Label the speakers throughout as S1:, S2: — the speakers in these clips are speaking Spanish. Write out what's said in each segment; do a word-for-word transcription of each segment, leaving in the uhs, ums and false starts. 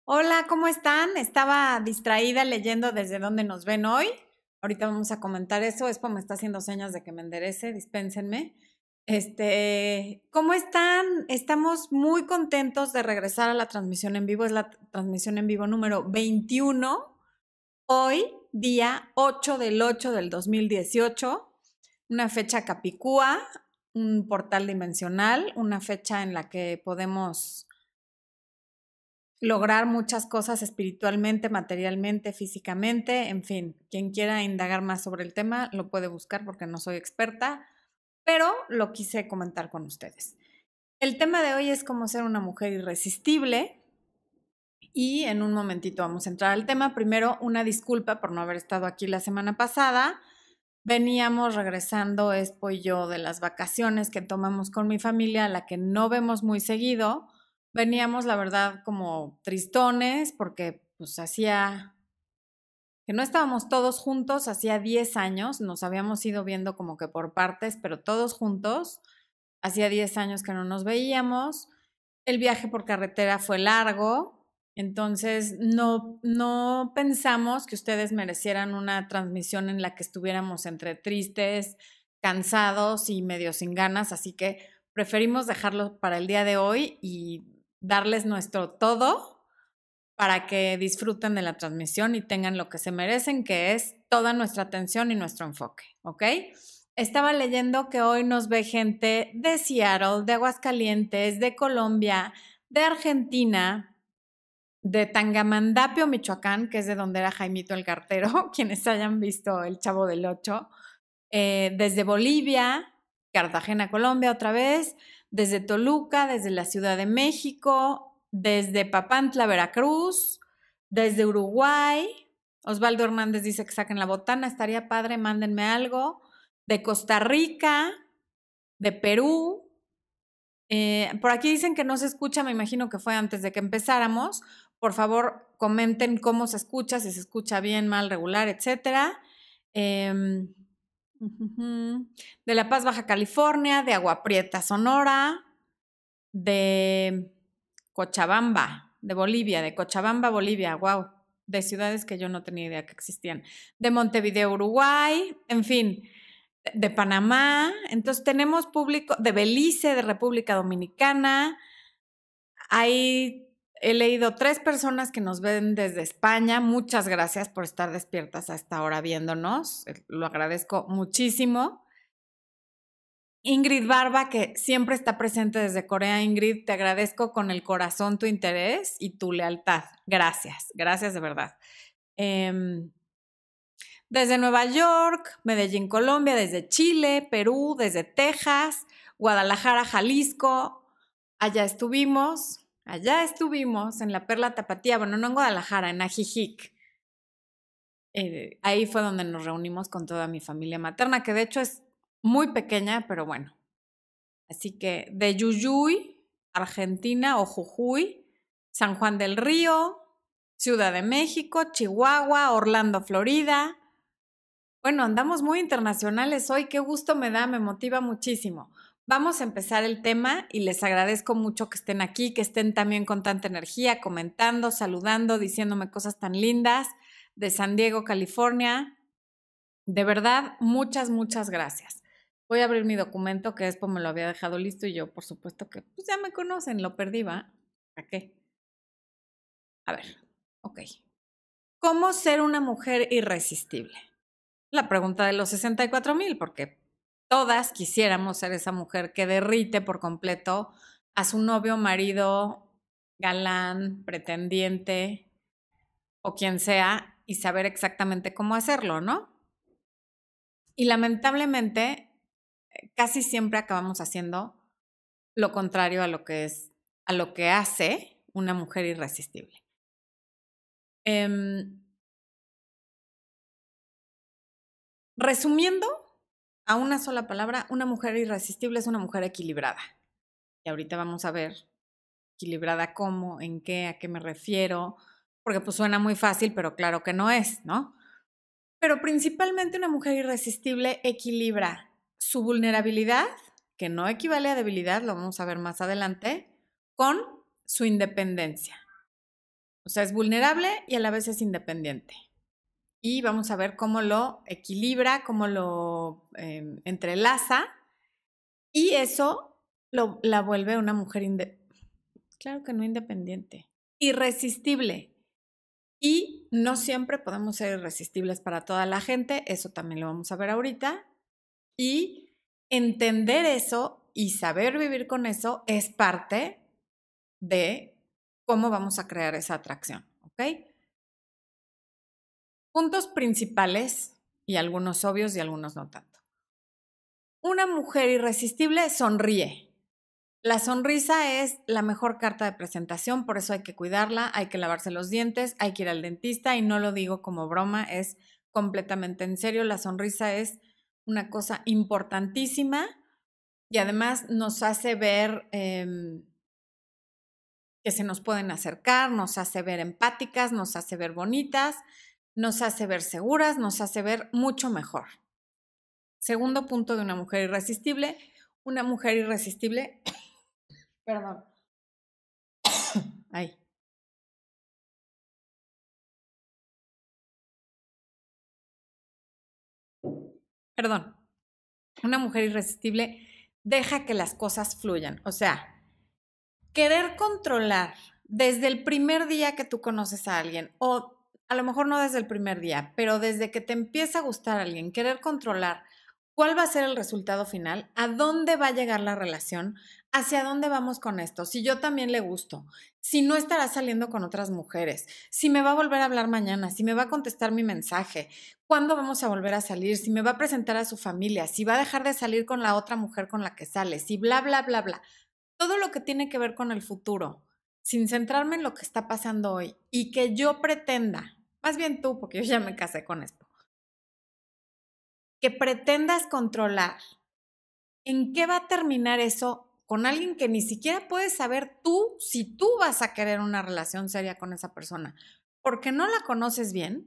S1: Hola, ¿cómo están? Estaba distraída leyendo desde dónde nos ven hoy. Ahorita vamos a comentar eso. Expo me está haciendo señas de que me enderece, dispénsenme. Este, ¿cómo están? Estamos muy contentos de regresar a la transmisión en vivo. Es la transmisión en vivo número veintiuno. Hoy, día ocho del ocho del dos mil dieciocho. Una fecha capicúa, un portal dimensional, una fecha en la que podemos lograr muchas cosas espiritualmente, materialmente, físicamente, en fin, quien quiera indagar más sobre el tema lo puede buscar porque no soy experta, pero lo quise comentar con ustedes. El tema de hoy es cómo ser una mujer irresistible y en un momentito vamos a entrar al tema. Primero, una disculpa por no haber estado aquí la semana pasada. Veníamos regresando Expo y yo de las vacaciones que tomamos con mi familia, a la que no vemos muy seguido. Veníamos, la verdad, como tristones porque pues hacía que no estábamos todos juntos, hacía diez años, nos habíamos ido viendo como que por partes, pero todos juntos. Hacía diez años que no nos veíamos. El viaje por carretera fue largo, entonces no, no pensamos que ustedes merecieran una transmisión en la que estuviéramos entre tristes, cansados y medio sin ganas, así que preferimos dejarlo para el día de hoy y darles nuestro todo para que disfruten de la transmisión y tengan lo que se merecen, que es toda nuestra atención y nuestro enfoque, ¿ok? Estaba leyendo que hoy nos ve gente de Seattle, de Aguascalientes, de Colombia, de Argentina, de Tangamandapio, Michoacán, que es de donde era Jaimito el Cartero, quienes hayan visto El Chavo del Ocho, eh, desde Bolivia, Cartagena, Colombia otra vez, desde Toluca, desde la Ciudad de México, desde Papantla, Veracruz, desde Uruguay. Osvaldo Hernández dice que saquen la botana, estaría padre, mándenme algo. De Costa Rica, de Perú. Eh, por aquí dicen que no se escucha, me imagino que fue antes de que empezáramos. Por favor, comenten cómo se escucha, si se escucha bien, mal, regular, etcétera. Eh, de La Paz, Baja California, de Agua Prieta, Sonora, de Cochabamba, de Bolivia, de Cochabamba, Bolivia, wow, de ciudades que yo no tenía idea que existían, de Montevideo, Uruguay, en fin, de Panamá. Entonces tenemos público de Belice, de República Dominicana. Hay, he leído tres personas que nos ven desde España. Muchas gracias por estar despiertas a esta hora viéndonos. Lo agradezco muchísimo. Ingrid Barba, que siempre está presente desde Corea. Ingrid, te agradezco con el corazón tu interés y tu lealtad. Gracias, gracias de verdad. Eh, desde Nueva York, Medellín, Colombia, desde Chile, Perú, desde Texas, Guadalajara, Jalisco. Allá estuvimos, allá estuvimos en la Perla Tapatía, bueno, no en Guadalajara, en Ajijic. Eh, ahí fue donde nos reunimos con toda mi familia materna, que de hecho es muy pequeña, pero bueno. Así que de Yuyuy, Argentina o Jujuy, San Juan del Río, Ciudad de México, Chihuahua, Orlando, Florida. Bueno, andamos muy internacionales hoy, qué gusto me da, me motiva muchísimo. Vamos a empezar el tema y les agradezco mucho que estén aquí, que estén también con tanta energía, comentando, saludando, diciéndome cosas tan lindas de San Diego, California. De verdad, muchas, muchas gracias. Voy a abrir mi documento, que Expo me lo había dejado listo y yo, por supuesto que, pues ya me conocen, lo perdí, ¿va? ¿A qué? A ver, ok. ¿Cómo ser una mujer irresistible? La pregunta de los sesenta y cuatro mil, porque todas quisiéramos ser esa mujer que derrite por completo a su novio, marido, galán, pretendiente o quien sea y saber exactamente cómo hacerlo, ¿no? Y lamentablemente, casi siempre acabamos haciendo lo contrario a lo que es, a lo que hace una mujer irresistible. Eh, resumiendo a una sola palabra, una mujer irresistible es una mujer equilibrada. Y ahorita vamos a ver equilibrada cómo, en qué, a qué me refiero, porque pues suena muy fácil, pero claro que no es, ¿no? Pero principalmente una mujer irresistible equilibra su vulnerabilidad, que no equivale a debilidad, lo vamos a ver más adelante, con su independencia. O sea, es vulnerable y a la vez es independiente. Y vamos a ver cómo lo equilibra, cómo lo eh, entrelaza. Y eso lo, la vuelve una mujer independiente. Claro que no independiente. Irresistible. Y no siempre podemos ser irresistibles para toda la gente. Eso también lo vamos a ver ahorita. Y entender eso y saber vivir con eso es parte de cómo vamos a crear esa atracción, ¿ok? Puntos principales y algunos obvios y algunos no tanto. Una mujer irresistible sonríe. La sonrisa es la mejor carta de presentación, por eso hay que cuidarla, hay que lavarse los dientes, hay que ir al dentista y no lo digo como broma, es completamente en serio. La sonrisa es una cosa importantísima y además nos hace ver eh, que se nos pueden acercar, nos hace ver empáticas, nos hace ver bonitas, nos hace ver seguras, nos hace ver mucho mejor. Segundo punto de una mujer irresistible, una mujer irresistible, perdón, ay. Perdón, una mujer irresistible deja que las cosas fluyan. O sea, querer controlar desde el primer día que tú conoces a alguien, o a lo mejor no desde el primer día, pero desde que te empieza a gustar a alguien, querer controlar cuál va a ser el resultado final, a dónde va a llegar la relación, hacia dónde vamos con esto, si yo también le gusto, si no estará saliendo con otras mujeres, si me va a volver a hablar mañana, si me va a contestar mi mensaje, cuándo vamos a volver a salir, si me va a presentar a su familia, si va a dejar de salir con la otra mujer con la que sale, si bla, bla, bla, bla. Todo lo que tiene que ver con el futuro, sin centrarme en lo que está pasando hoy y que yo pretenda, más bien tú, porque yo ya me casé con esto, que pretendas controlar en qué va a terminar eso con alguien que ni siquiera puedes saber tú si tú vas a querer una relación seria con esa persona, porque no la conoces bien,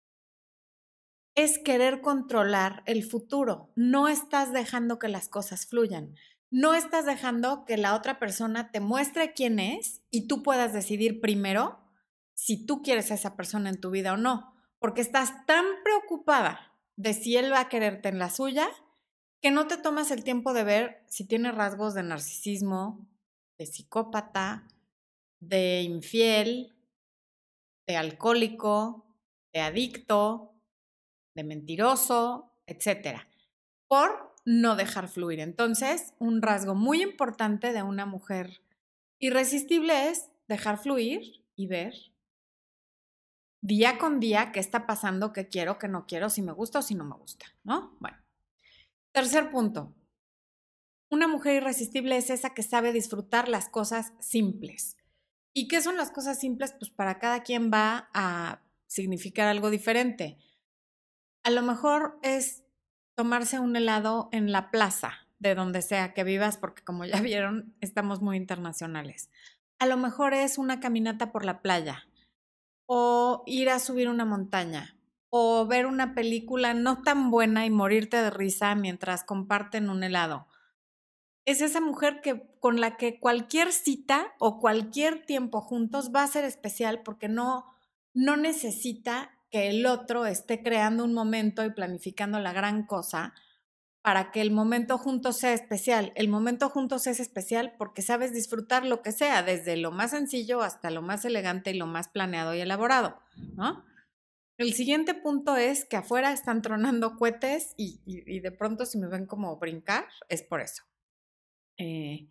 S1: es querer controlar el futuro. No estás dejando que las cosas fluyan. No estás dejando que la otra persona te muestre quién es y tú puedas decidir primero si tú quieres a esa persona en tu vida o no, porque estás tan preocupada de si él va a quererte en la suya que no te tomas el tiempo de ver si tiene rasgos de narcisismo, de psicópata, de infiel, de alcohólico, de adicto, de mentiroso, etcétera, por no dejar fluir. Entonces, un rasgo muy importante de una mujer irresistible es dejar fluir y ver día con día qué está pasando, qué quiero, qué no quiero, si me gusta o si no me gusta, ¿no? Bueno. Tercer punto. Una mujer irresistible es esa que sabe disfrutar las cosas simples. ¿Y qué son las cosas simples? Pues para cada quien va a significar algo diferente. A lo mejor es tomarse un helado en la plaza, de donde sea que vivas, porque como ya vieron, estamos muy internacionales. A lo mejor es una caminata por la playa, o ir a subir una montaña, o ver una película no tan buena y morirte de risa mientras comparten un helado. Es esa mujer que, con la que cualquier cita o cualquier tiempo juntos va a ser especial porque no, no necesita que el otro esté creando un momento y planificando la gran cosa para que el momento juntos sea especial. El momento juntos es especial porque sabes disfrutar lo que sea, desde lo más sencillo hasta lo más elegante y lo más planeado y elaborado, ¿no? El siguiente punto es que afuera están tronando cohetes y, y, y de pronto si me ven como brincar, es por eso. Eh,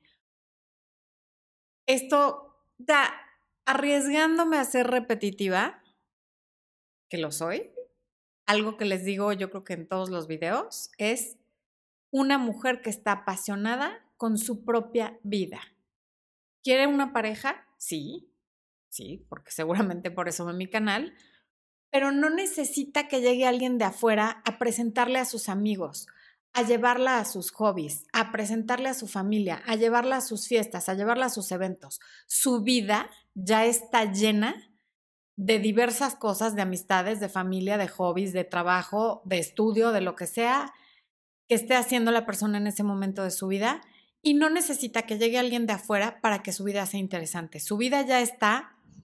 S1: esto, da, arriesgándome a ser repetitiva, que lo soy, algo que les digo yo creo que en todos los videos, es una mujer que está apasionada con su propia vida. ¿Quiere una pareja? Sí, sí, porque seguramente por eso ve mi canal, pero no necesita que llegue alguien de afuera a presentarle a sus amigos, a llevarla a sus hobbies, a presentarle a su familia, a llevarla a sus fiestas, a llevarla a sus eventos. Su vida ya está llena de diversas cosas, de amistades, de familia, de hobbies, de trabajo, de estudio, de lo que sea que esté haciendo la persona en ese momento de su vida y no necesita que llegue alguien de afuera para que su vida sea interesante. Su vida ya está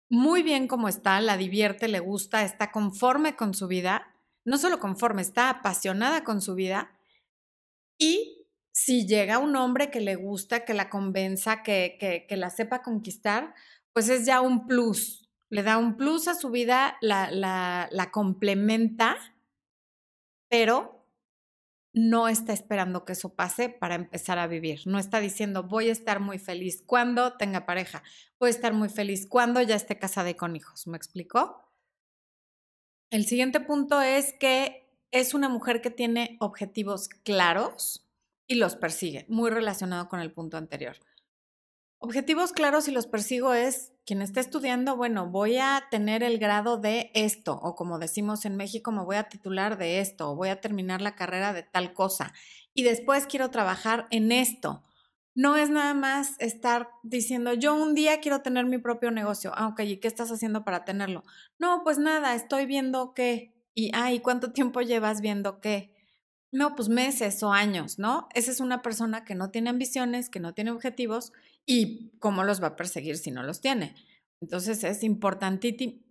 S1: muy bien como está, la divierte, le gusta, está conforme con su vida, no solo conforme, está apasionada con su vida. Y si llega un hombre que le gusta, que la convenza, que, que, que la sepa conquistar, pues es ya un plus. Le da un plus a su vida, la, la, la complementa, pero no está esperando que eso pase para empezar a vivir. No está diciendo, voy a estar muy feliz cuando tenga pareja. Voy a estar muy feliz cuando ya esté casada y con hijos. ¿Me explicó? El siguiente punto es que es una mujer que tiene objetivos claros y los persigue, muy relacionado con el punto anterior. Objetivos claros y los persigo es, quien esté estudiando, bueno, voy a tener el grado de esto, o como decimos en México, me voy a titular de esto, o voy a terminar la carrera de tal cosa, y después quiero trabajar en esto. No es nada más estar diciendo, yo un día quiero tener mi propio negocio. Ah, ok, ¿y qué estás haciendo para tenerlo? No, pues nada, estoy viendo qué. Y, ay, ¿cuánto tiempo llevas viendo qué? No, pues meses o años, ¿no? Esa es una persona que no tiene ambiciones, que no tiene objetivos y cómo los va a perseguir si no los tiene. Entonces es importantísimo,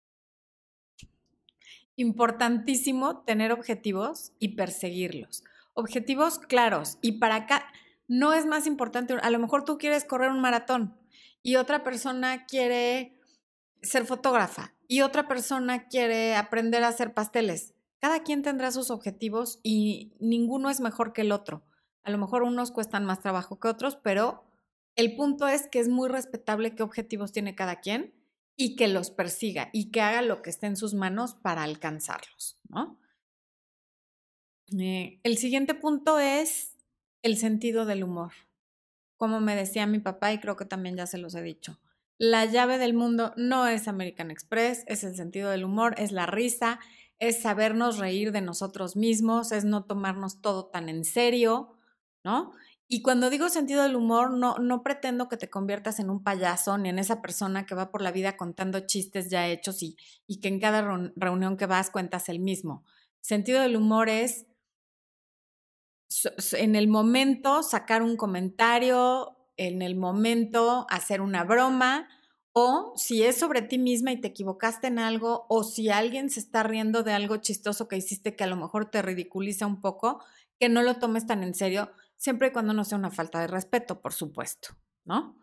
S1: importantísimo tener objetivos y perseguirlos. Objetivos claros. Y para acá no es más importante, a lo mejor tú quieres correr un maratón y otra persona quiere ser fotógrafa y otra persona quiere aprender a hacer pasteles. Cada quien tendrá sus objetivos y ninguno es mejor que el otro. A lo mejor unos cuestan más trabajo que otros, pero el punto es que es muy respetable qué objetivos tiene cada quien y que los persiga y que haga lo que esté en sus manos para alcanzarlos, ¿no? Eh, el siguiente punto es el sentido del humor. Como me decía mi papá, y creo que también ya se los he dicho, la llave del mundo no es American Express, es el sentido del humor, es la risa, es sabernos reír de nosotros mismos, es no tomarnos todo tan en serio, ¿no? Y cuando digo sentido del humor, no, no pretendo que te conviertas en un payaso ni en esa persona que va por la vida contando chistes ya hechos y, y que en cada reunión que vas cuentas el mismo. Sentido del humor es en el momento sacar un comentario, en el momento hacer una broma, o si es sobre ti misma y te equivocaste en algo, o si alguien se está riendo de algo chistoso que hiciste que a lo mejor te ridiculiza un poco, que no lo tomes tan en serio, siempre y cuando no sea una falta de respeto, por supuesto, ¿no?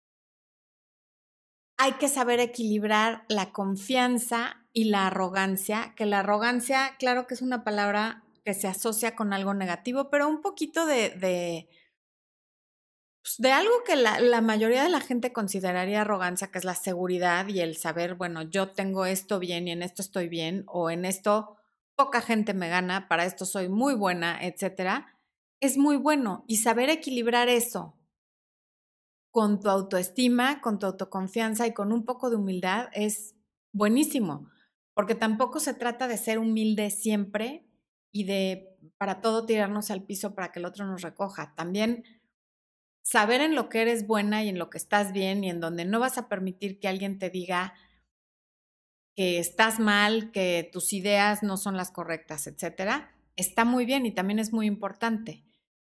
S1: Hay que saber equilibrar la confianza y la arrogancia, que la arrogancia, claro que es una palabra que se asocia con algo negativo, pero un poquito de, de, pues de algo que la, la mayoría de la gente consideraría arrogancia, que es la seguridad y el saber, bueno, yo tengo esto bien y en esto estoy bien, o en esto poca gente me gana, para esto soy muy buena, etcétera, es muy bueno. Y saber equilibrar eso con tu autoestima, con tu autoconfianza y con un poco de humildad es buenísimo, porque tampoco se trata de ser humilde siempre y de para todo tirarnos al piso para que el otro nos recoja. También saber en lo que eres buena y en lo que estás bien y en donde no vas a permitir que alguien te diga que estás mal, que tus ideas no son las correctas, etcétera, está muy bien y también es muy importante.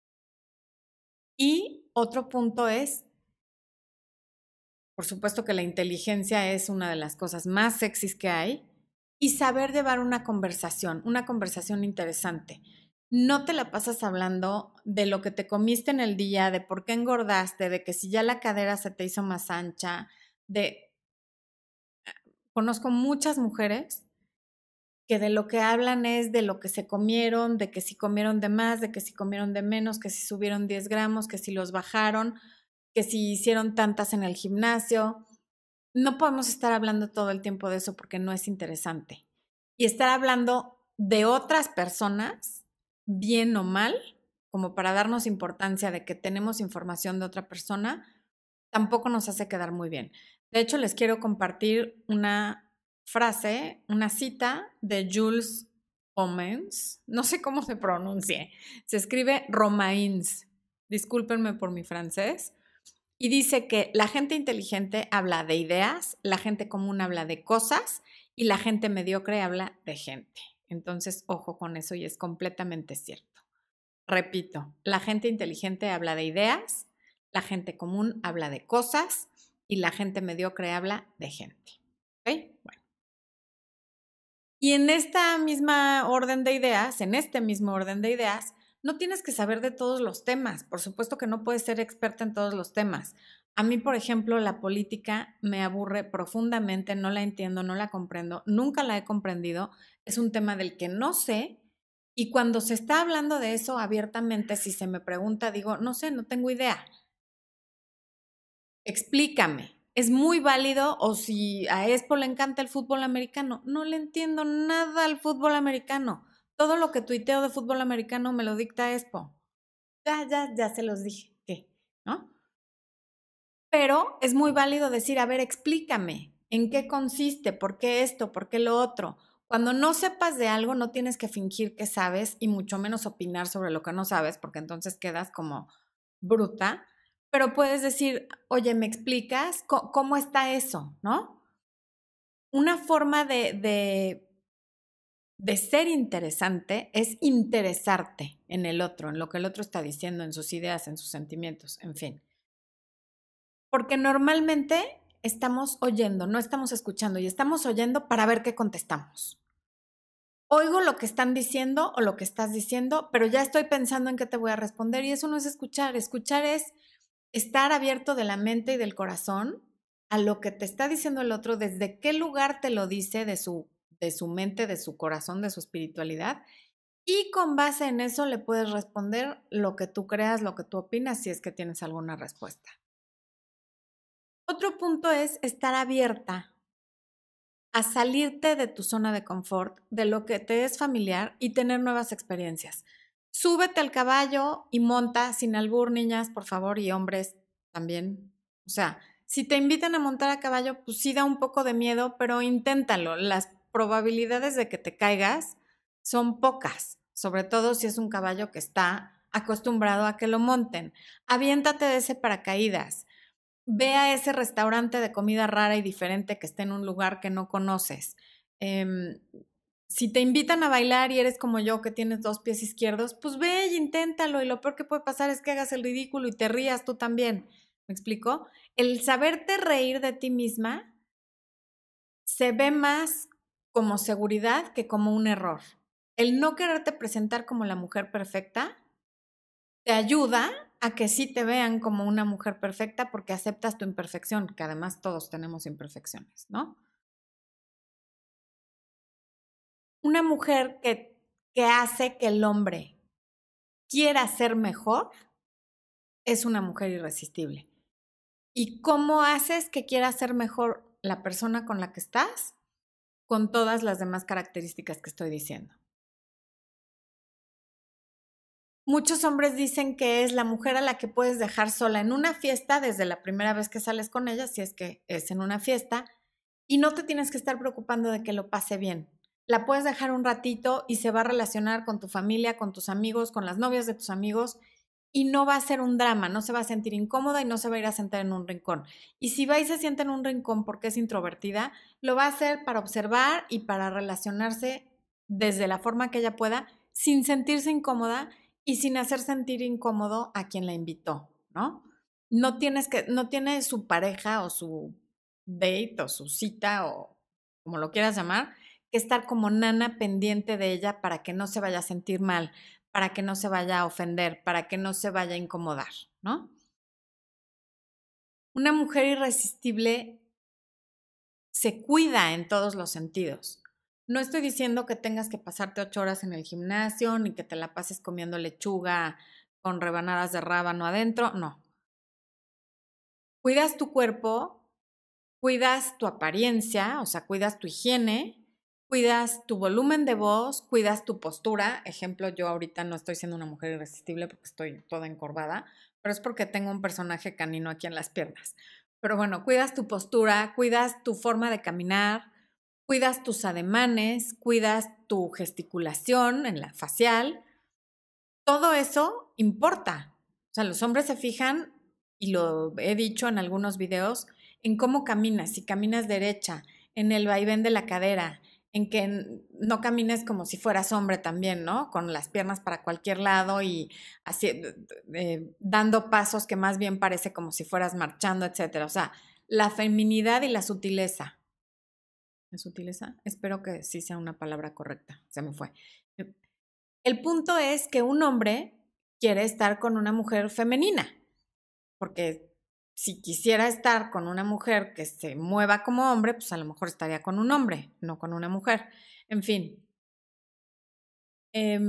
S1: Y otro punto es, por supuesto que la inteligencia es una de las cosas más sexys que hay y saber llevar una conversación, una conversación interesante. No te la pasas hablando de lo que te comiste en el día, de por qué engordaste, de que si ya la cadera se te hizo más ancha, de... Conozco muchas mujeres que de lo que hablan es de lo que se comieron, de que si comieron de más, de que si comieron de menos, que si subieron diez gramos, que si los bajaron, que si hicieron tantas en el gimnasio. No podemos estar hablando todo el tiempo de eso porque no es interesante. Y estar hablando de otras personas, bien o mal, como para darnos importancia de que tenemos información de otra persona, tampoco nos hace quedar muy bien. De hecho, les quiero compartir una frase, una cita de Jules Homens, no sé cómo se pronuncie, se escribe Romains, discúlpenme por mi francés, y dice que la gente inteligente habla de ideas, la gente común habla de cosas y la gente mediocre habla de gente. Entonces, ojo con eso y es completamente cierto. Repito, la gente inteligente habla de ideas, la gente común habla de cosas y la gente mediocre habla de gente. Y en esta misma orden de ideas, en este mismo orden de ideas, no tienes que saber de todos los temas. Por supuesto que no puedes ser experta en todos los temas. A mí, por ejemplo, la política me aburre profundamente, no la entiendo, no la comprendo, nunca la he comprendido. Es un tema del que no sé. Y cuando se está hablando de eso abiertamente, si se me pregunta, digo, no sé, no tengo idea. Explícame. ¿Es muy válido? O si a Expo le encanta el fútbol americano, no le entiendo nada al fútbol americano. Todo lo que tuiteo de fútbol americano me lo dicta Expo. Ya, ya, ya se los dije. ¿Qué? ¿No? Pero es muy válido decir, a ver, explícame, ¿en qué consiste? ¿Por qué esto? ¿Por qué lo otro? Cuando no sepas de algo, no tienes que fingir que sabes y mucho menos opinar sobre lo que no sabes, porque entonces quedas como bruta, pero puedes decir, oye, ¿me explicas cómo está eso? ¿No? Una forma de, de, de ser interesante es interesarte en el otro, en lo que el otro está diciendo, en sus ideas, en sus sentimientos, en fin. Porque normalmente estamos oyendo, no estamos escuchando y estamos oyendo para ver qué contestamos. Oigo lo que están diciendo o lo que estás diciendo, pero ya estoy pensando en qué te voy a responder y eso no es escuchar. Escuchar es estar abierto de la mente y del corazón a lo que te está diciendo el otro, desde qué lugar te lo dice, de su, de su mente, de su corazón, de su espiritualidad, y con base en eso le puedes responder lo que tú creas, lo que tú opinas, si es que tienes alguna respuesta. Otro punto es estar abierta a salirte de tu zona de confort, de lo que te es familiar y tener nuevas experiencias. Súbete al caballo y monta sin albur, niñas, por favor, y hombres también. O sea, si te invitan a montar a caballo, pues sí da un poco de miedo, pero inténtalo. Las probabilidades de que te caigas son pocas, sobre todo si es un caballo que está acostumbrado a que lo monten. Aviéntate de ese paracaídas. Ve a ese restaurante de comida rara y diferente que esté en un lugar que no conoces. Eh, si te invitan a bailar y eres como yo que tienes dos pies izquierdos, pues ve y inténtalo y lo peor que puede pasar es que hagas el ridículo y te rías tú también. ¿Me explico? El saberte reír de ti misma se ve más como seguridad que como un error. El no quererte presentar como la mujer perfecta te ayuda a que sí te vean como una mujer perfecta porque aceptas tu imperfección, que además todos tenemos imperfecciones, ¿no? Una mujer que, que hace que el hombre quiera ser mejor es una mujer irresistible. ¿Y cómo haces que quiera ser mejor la persona con la que estás? Con todas las demás características que estoy diciendo. Muchos hombres dicen que es la mujer a la que puedes dejar sola en una fiesta desde la primera vez que sales con ella, si es que es en una fiesta, y no te tienes que estar preocupando de que lo pase bien. La puedes dejar un ratito y se va a relacionar con tu familia, con tus amigos, con las novias de tus amigos y no va a ser un drama, no se va a sentir incómoda y no se va a ir a sentar en un rincón. Y si va y se sienta en un rincón porque es introvertida, lo va a hacer para observar y para relacionarse desde la forma que ella pueda, sin sentirse incómoda y sin hacer sentir incómodo a quien la invitó, ¿no? No tienes que, no tiene su pareja o su date o su cita o como lo quieras llamar, que estar como nana pendiente de ella para que no se vaya a sentir mal, para que no se vaya a ofender, para que no se vaya a incomodar, ¿no? Una mujer irresistible se cuida en todos los sentidos. No estoy diciendo que tengas que pasarte ocho horas en el gimnasio ni que te la pases comiendo lechuga con rebanadas de rábano adentro, no. Cuidas tu cuerpo, cuidas tu apariencia, o sea, cuidas tu higiene, cuidas tu volumen de voz, cuidas tu postura. Ejemplo, yo ahorita no estoy siendo una mujer irresistible porque estoy toda encorvada, pero es porque tengo un personaje canino aquí en las piernas. Pero bueno, cuidas tu postura, cuidas tu forma de caminar, cuidas tus ademanes, cuidas tu gesticulación en la facial. Todo eso importa. O sea, los hombres se fijan, y lo he dicho en algunos videos, en cómo caminas, si caminas derecha, en el vaivén de la cadera, en que no camines como si fueras hombre también, ¿no? Con las piernas para cualquier lado y así, eh, dando pasos que más bien parece como si fueras marchando, etcétera. O sea, la feminidad y la sutileza. ¿Es sutileza? Espero que sí sea una palabra correcta. Se me fue. El punto es que un hombre quiere estar con una mujer femenina, porque si quisiera estar con una mujer que se mueva como hombre, pues a lo mejor estaría con un hombre, no con una mujer. En fin. Eh,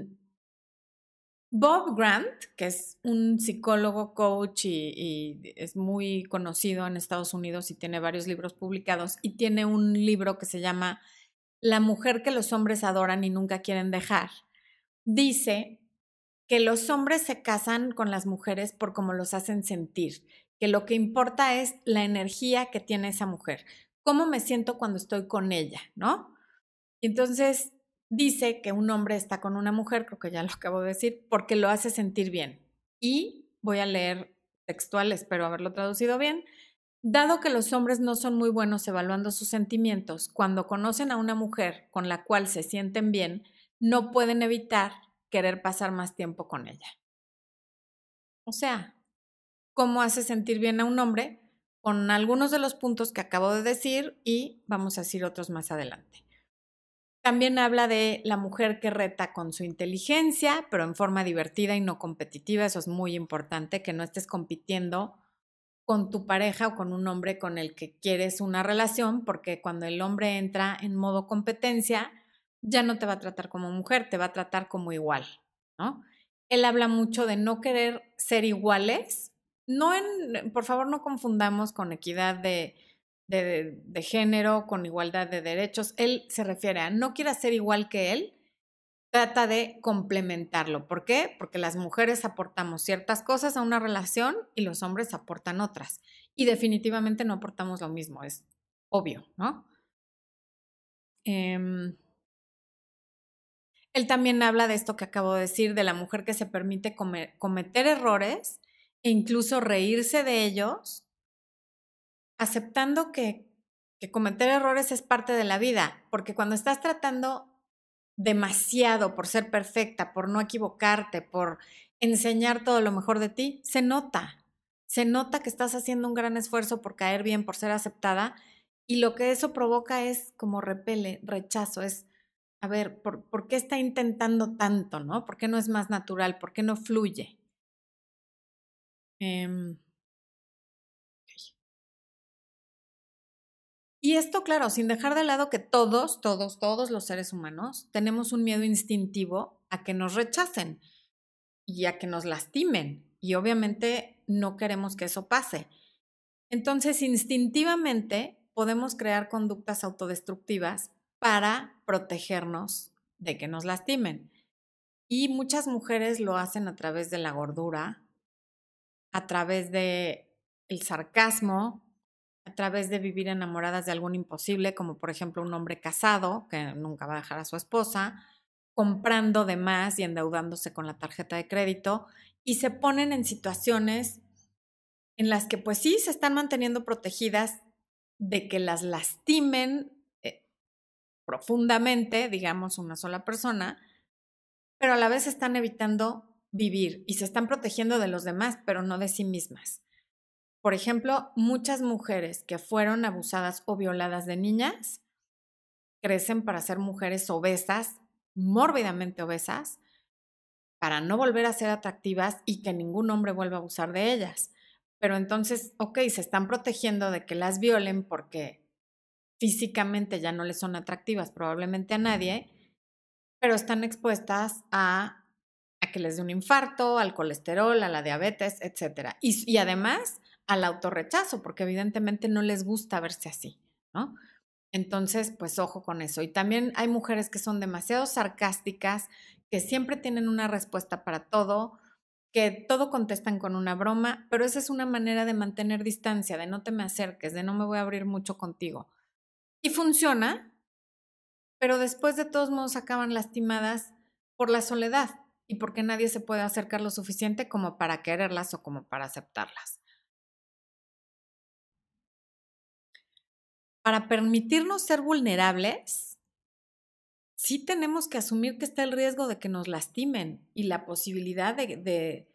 S1: Bob Grant, que es un psicólogo, coach y, y es muy conocido en Estados Unidos y tiene varios libros publicados, y tiene un libro que se llama La mujer que los hombres adoran y nunca quieren dejar. Dice que los hombres se casan con las mujeres por cómo los hacen sentir, que lo que importa es la energía que tiene esa mujer, cómo me siento cuando estoy con ella, ¿no? Entonces dice que un hombre está con una mujer, creo que ya lo acabo de decir, porque lo hace sentir bien. Y voy a leer textual, espero haberlo traducido bien. Dado que los hombres no son muy buenos evaluando sus sentimientos, cuando conocen a una mujer con la cual se sienten bien, no pueden evitar querer pasar más tiempo con ella. O sea, ¿cómo hace sentir bien a un hombre? Con algunos de los puntos que acabo de decir y vamos a decir otros más adelante. También habla de la mujer que reta con su inteligencia, pero en forma divertida y no competitiva. Eso es muy importante, que no estés compitiendo con tu pareja o con un hombre con el que quieres una relación, porque cuando el hombre entra en modo competencia, ya no te va a tratar como mujer, te va a tratar como igual, ¿no? Él habla mucho de no querer ser iguales. No en, por favor, no confundamos con equidad de, de, de género, con igualdad de derechos. Él se refiere a no quiera ser igual que él, trata de complementarlo. ¿Por qué? Porque las mujeres aportamos ciertas cosas a una relación y los hombres aportan otras. Y definitivamente no aportamos lo mismo, es obvio, ¿no? Eh, él también habla de esto que acabo de decir, de la mujer que se permite comer, cometer errores e incluso reírse de ellos, aceptando que, que cometer errores es parte de la vida, porque cuando estás tratando demasiado por ser perfecta, por no equivocarte, por enseñar todo lo mejor de ti, se nota. Se nota que estás haciendo un gran esfuerzo por caer bien, por ser aceptada, y lo que eso provoca es como repele, rechazo, es, a ver, ¿por, ¿por qué está intentando tanto, no? ¿Por qué no es más natural? ¿Por qué no fluye? Eh, y esto, claro, sin dejar de lado que todos, todos, todos los seres humanos tenemos un miedo instintivo a que nos rechacen y a que nos lastimen. Y obviamente no queremos que eso pase. Entonces, instintivamente podemos crear conductas autodestructivas para protegernos de que nos lastimen. Y muchas mujeres lo hacen a través de la gordura, a través de el sarcasmo, a través de vivir enamoradas de algún imposible, como por ejemplo un hombre casado que nunca va a dejar a su esposa, comprando de más y endeudándose con la tarjeta de crédito, y se ponen en situaciones en las que pues sí se están manteniendo protegidas de que las lastimen eh, profundamente, digamos, una sola persona, pero a la vez están evitando vivir y se están protegiendo de los demás, pero no de sí mismas. Por ejemplo, muchas mujeres que fueron abusadas o violadas de niñas crecen para ser mujeres obesas, mórbidamente obesas, para no volver a ser atractivas y que ningún hombre vuelva a abusar de ellas. Pero entonces, ok, se están protegiendo de que las violen porque físicamente ya no les son atractivas probablemente a nadie, pero están expuestas a, a que les dé un infarto, al colesterol, a la diabetes, etcétera. Y, y además al autorrechazo, porque evidentemente no les gusta verse así, ¿no? Entonces, pues ojo con eso. Y también hay mujeres que son demasiado sarcásticas, que siempre tienen una respuesta para todo, que todo contestan con una broma, pero esa es una manera de mantener distancia, de no te me acerques, de no me voy a abrir mucho contigo. Y funciona, pero después de todos modos acaban lastimadas por la soledad y porque nadie se puede acercar lo suficiente como para quererlas o como para aceptarlas. Para permitirnos ser vulnerables, sí tenemos que asumir que está el riesgo de que nos lastimen y la posibilidad de, de,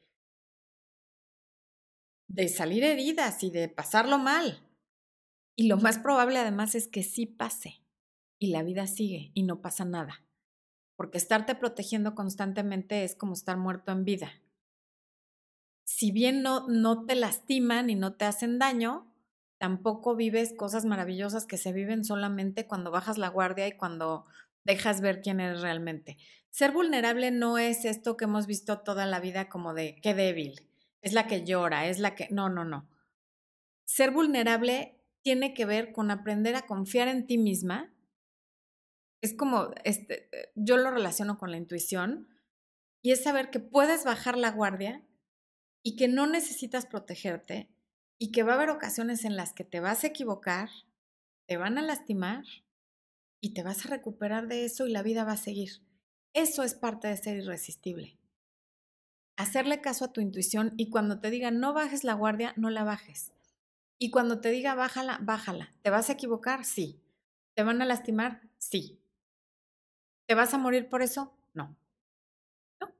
S1: de salir heridas y de pasarlo mal. Y lo más probable además es que sí pase. y la vida sigue y no pasa nada. Porque estarte protegiendo constantemente es como estar muerto en vida. Si bien no, no te lastiman y no te hacen daño, tampoco vives cosas maravillosas que se viven solamente cuando bajas la guardia y cuando dejas ver quién eres realmente. Ser vulnerable no es esto que hemos visto toda la vida como de qué débil, es la que llora, es la que... No, no, no. Ser vulnerable tiene que ver con aprender a confiar en ti misma. Es como, este, yo lo relaciono con la intuición y es saber que puedes bajar la guardia y que no necesitas protegerte y que va a haber ocasiones en las que te vas a equivocar, te van a lastimar y te vas a recuperar de eso y la vida va a seguir. Eso es parte de ser irresistible. Hacerle caso a tu intuición y cuando te diga no bajes la guardia, no la bajes. Y cuando te diga bájala, bájala. ¿Te vas a equivocar? Sí. ¿Te van a lastimar? Sí. ¿Te vas a morir por eso? No. No.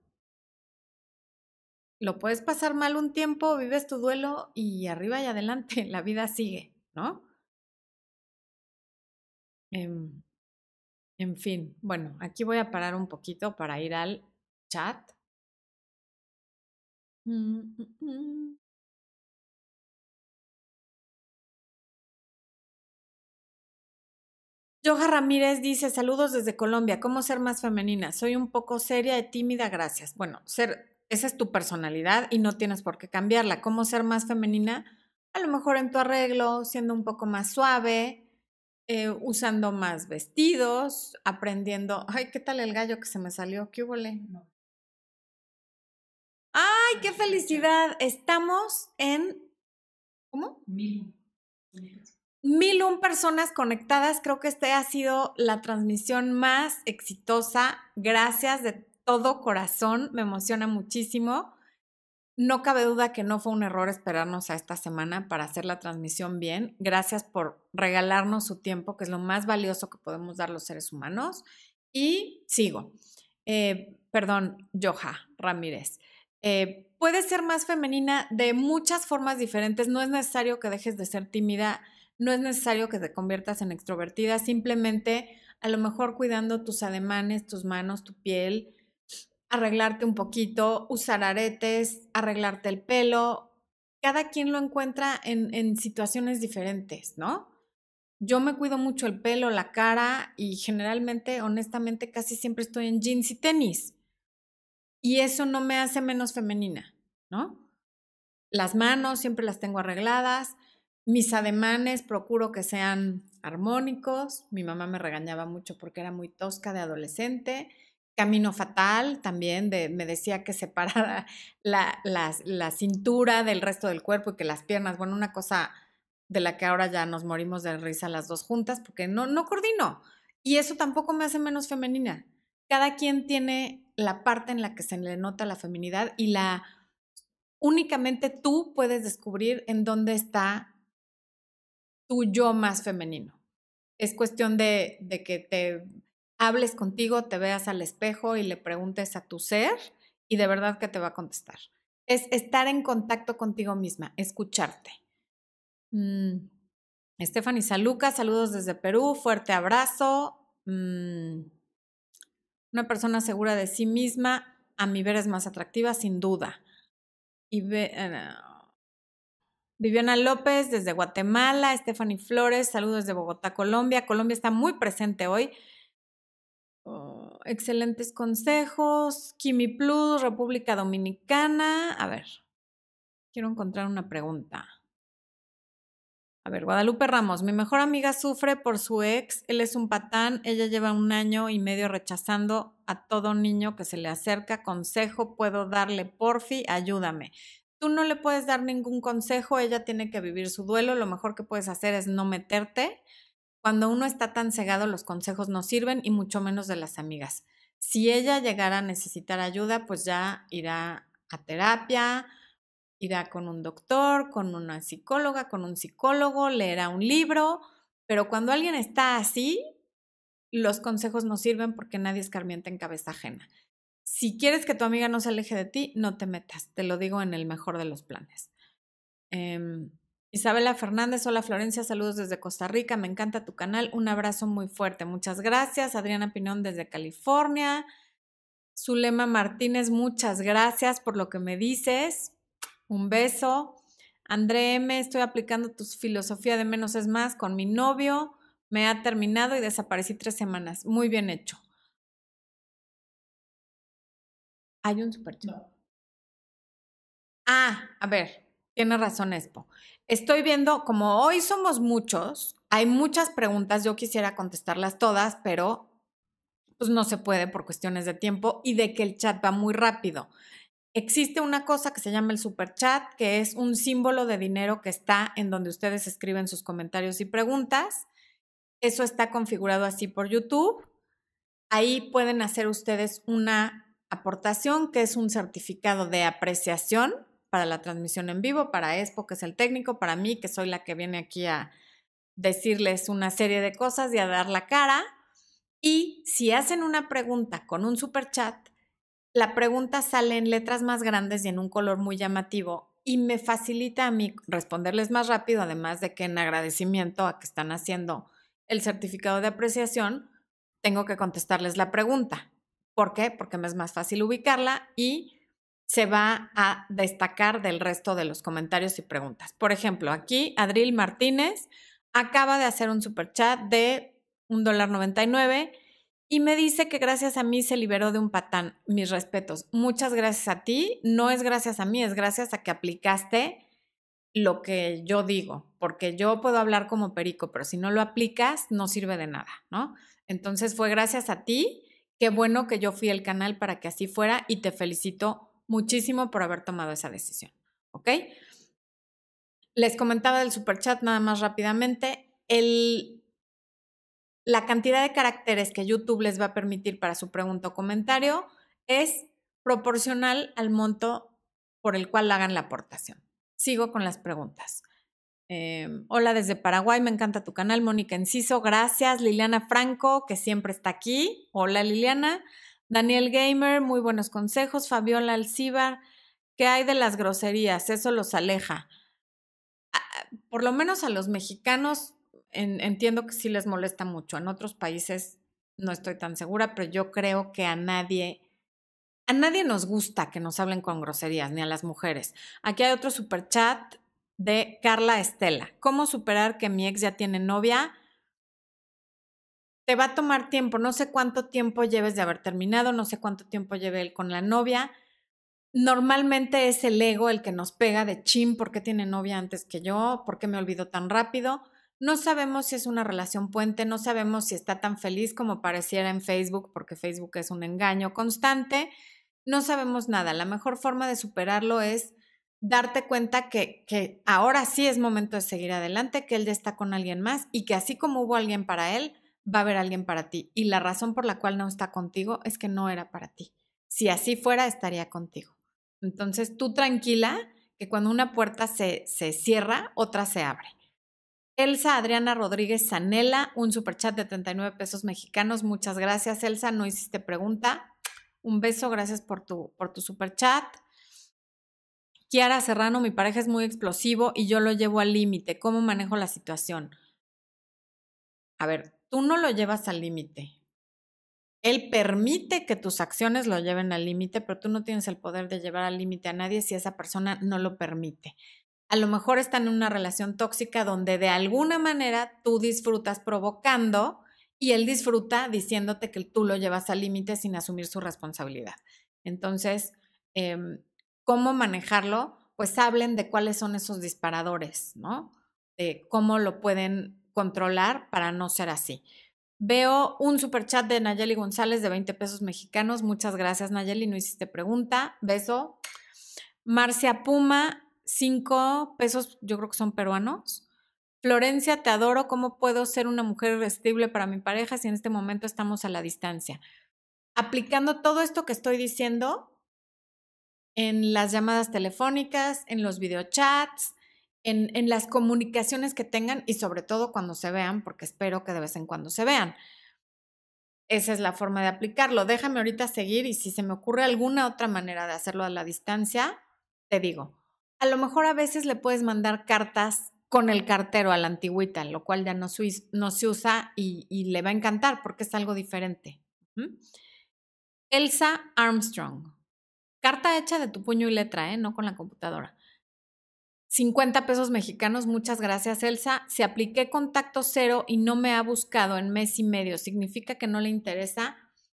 S1: Lo puedes pasar mal un tiempo, vives tu duelo y arriba y adelante, la vida sigue, ¿no? En, en fin, bueno, aquí voy a parar un poquito para ir al chat. Mm, mm, mm. Yoja Ramírez dice, saludos desde Colombia, ¿cómo ser más femenina? Soy un poco seria y tímida, gracias. Bueno, ser, esa es tu personalidad y no tienes por qué cambiarla. ¿Cómo ser más femenina? A lo mejor en tu arreglo, siendo un poco más suave, eh, usando más vestidos, aprendiendo. Ay, ¿qué tal el gallo que se me salió? ¿Qué hubole? ¡Ay, qué felicidad! Estamos en, ¿cómo? Mil. Mil un personas conectadas. Creo que esta ha sido la transmisión más exitosa. Gracias de todo corazón. Me emociona muchísimo. No cabe duda que no fue un error esperarnos a esta semana para hacer la transmisión bien. Gracias por regalarnos su tiempo, que es lo más valioso que podemos dar los seres humanos. Y sigo. Eh, perdón, Yoja Ramírez. Eh, puedes ser más femenina de muchas formas diferentes. No es necesario que dejes de ser tímida. No es necesario que te conviertas en extrovertida. Simplemente, a lo mejor cuidando tus ademanes, tus manos, tu piel, arreglarte un poquito, usar aretes, arreglarte el pelo. Cada quien lo encuentra en, en situaciones diferentes, ¿no? Yo me cuido mucho el pelo, la cara y generalmente, honestamente, casi siempre estoy en jeans y tenis. Y eso no me hace menos femenina, ¿no? Las manos siempre las tengo arregladas. Mis ademanes procuro que sean armónicos. Mi mamá me regañaba mucho porque era muy tosca de adolescente. Camino fatal también, de, me decía que separara la, la, la cintura del resto del cuerpo y que las piernas, bueno, una cosa de la que ahora ya nos morimos de risa las dos juntas porque no, no coordino. Y eso tampoco me hace menos femenina. Cada quien tiene la parte en la que se le nota la feminidad y la únicamente tú puedes descubrir en dónde está tu yo más femenino. Es cuestión de, de que te hables contigo, te veas al espejo y le preguntes a tu ser y de verdad que te va a contestar. Es estar en contacto contigo misma, escucharte. Mm. Stephanie Saluca, saludos desde Perú, fuerte abrazo. Mm. Una persona segura de sí misma, a mi ver es más atractiva, sin duda. Y ve, uh, Viviana López desde Guatemala, Stephanie Flores, saludos desde Bogotá, Colombia. Colombia está muy presente hoy. Oh, excelentes consejos. Kimi Plus, República Dominicana. A ver, quiero encontrar una pregunta. A ver, Guadalupe Ramos, mi mejor amiga sufre por su ex, él es un patán, ella lleva un año y medio rechazando a todo niño que se le acerca. Consejo puedo darle, porfi, ayúdame. Tú no le puedes dar ningún consejo, ella tiene que vivir su duelo, lo mejor que puedes hacer es no meterte. Cuando uno está tan cegado, los consejos no sirven y mucho menos de las amigas. Si ella llegara a necesitar ayuda, pues ya irá a terapia, irá con un doctor, con una psicóloga, con un psicólogo, leerá un libro, pero cuando alguien está así, los consejos no sirven porque nadie escarmienta en cabeza ajena. Si quieres que tu amiga no se aleje de ti, no te metas, te lo digo en el mejor de los planes. Eh, Isabela Fernández, hola Florencia, saludos desde Costa Rica, me encanta tu canal, un abrazo muy fuerte, muchas gracias. Adriana Pinón desde California. Zulema Martínez, muchas gracias por lo que me dices, un beso. André M, estoy aplicando tu filosofía de menos es más con mi novio, me ha terminado y desaparecí tres semanas, muy bien hecho. ¿Hay un superchat? No. Ah, a ver, tiene razón Expo. Estoy viendo, como hoy somos muchos, hay muchas preguntas, yo quisiera contestarlas todas, pero pues no se puede por cuestiones de tiempo y de que el chat va muy rápido. Existe una cosa que se llama el superchat, que es un símbolo de dinero que está en donde ustedes escriben sus comentarios y preguntas. Eso está configurado así por YouTube. Ahí pueden hacer ustedes una aportación, que es un certificado de apreciación para la transmisión en vivo, para Expo, que es el técnico, para mí, que soy la que viene aquí a decirles una serie de cosas y a dar la cara. Y si hacen una pregunta con un superchat, la pregunta sale en letras más grandes y en un color muy llamativo y me facilita a mí responderles más rápido, además de que en agradecimiento a que están haciendo el certificado de apreciación, tengo que contestarles la pregunta. ¿Por qué? Porque me es más fácil ubicarla y se va a destacar del resto de los comentarios y preguntas. Por ejemplo, aquí Adril Martínez acaba de hacer un superchat de un dólar noventa y nueve y me dice que gracias a mí se liberó de un patán. Mis respetos. Muchas gracias a ti. No es gracias a mí, es gracias a que aplicaste lo que yo digo, porque yo puedo hablar como perico, pero si no lo aplicas, no sirve de nada, ¿no? Entonces fue gracias a ti. Qué bueno que yo fui el canal para que así fuera y te felicito muchísimo por haber tomado esa decisión, ¿ok? Les comentaba del superchat nada más rápidamente. El La cantidad de caracteres que YouTube les va a permitir para su pregunta o comentario es proporcional al monto por el cual hagan la aportación. Sigo con las preguntas. Eh, hola desde Paraguay, me encanta tu canal. Mónica Enciso, gracias. Liliana Franco, que siempre está aquí. Hola Liliana. Daniel Gamer, muy buenos consejos. Fabiola Alcíbar, ¿qué hay de las groserías? Eso los aleja. Por lo menos a los mexicanos en, entiendo que sí les molesta mucho. En otros países no estoy tan segura, pero yo creo que a nadie, a nadie nos gusta que nos hablen con groserías, ni a las mujeres. Aquí hay otro superchat de Carla Estela. ¿Cómo superar que mi ex ya tiene novia? Te va a tomar tiempo. No sé cuánto tiempo lleves de haber terminado, no sé cuánto tiempo lleve él con la novia. Normalmente es el ego el que nos pega de chin, ¿por qué tiene novia antes que yo? ¿Por qué me olvidó tan rápido? No sabemos si es una relación puente, no sabemos si está tan feliz como pareciera en Facebook, porque Facebook es un engaño constante. No sabemos nada. La mejor forma de superarlo es darte cuenta que, que ahora sí es momento de seguir adelante, que él ya está con alguien más y que así como hubo alguien para él, va a haber alguien para ti. Y la razón por la cual no está contigo es que no era para ti. Si así fuera, estaría contigo. Entonces, tú tranquila, que cuando una puerta se, se cierra, otra se abre. Elsa Adriana Rodríguez Sanela, un superchat de treinta y nueve pesos mexicanos. Muchas gracias, Elsa. No hiciste pregunta. Un beso, gracias por tu, por tu superchat. Kiara Serrano, mi pareja es muy explosivo y yo lo llevo al límite. ¿Cómo manejo la situación? A ver, tú no lo llevas al límite. Él permite que tus acciones lo lleven al límite, pero tú no tienes el poder de llevar al límite a nadie si esa persona no lo permite. A lo mejor están en una relación tóxica donde de alguna manera tú disfrutas provocando y él disfruta diciéndote que tú lo llevas al límite sin asumir su responsabilidad. Entonces, eh, ¿cómo manejarlo? Pues hablen de cuáles son esos disparadores, ¿no? De cómo lo pueden controlar para no ser así. Veo un superchat de Nayeli González de veinte pesos mexicanos. Muchas gracias, Nayeli. No hiciste pregunta. Beso. Marcia Puma, cinco pesos, yo creo que son peruanos. Florencia, te adoro. ¿Cómo puedo ser una mujer irresistible para mi pareja si en este momento estamos a la distancia? Aplicando todo esto que estoy diciendo en las llamadas telefónicas, en los videochats, en, en las comunicaciones que tengan y sobre todo cuando se vean, porque espero que de vez en cuando se vean. Esa es la forma de aplicarlo. Déjame ahorita seguir y si se me ocurre alguna otra manera de hacerlo a la distancia, te digo. A lo mejor a veces le puedes mandar cartas con el cartero a la antigüita, lo cual ya no, se- no se usa y, y le va a encantar porque es algo diferente. ¿Mm? Elsa Armstrong. Carta hecha de tu puño y letra, ¿eh? No con la computadora. cincuenta pesos mexicanos, muchas gracias, Elsa. Si apliqué contacto cero y no me ha buscado en mes y medio, ¿significa que no le interesa?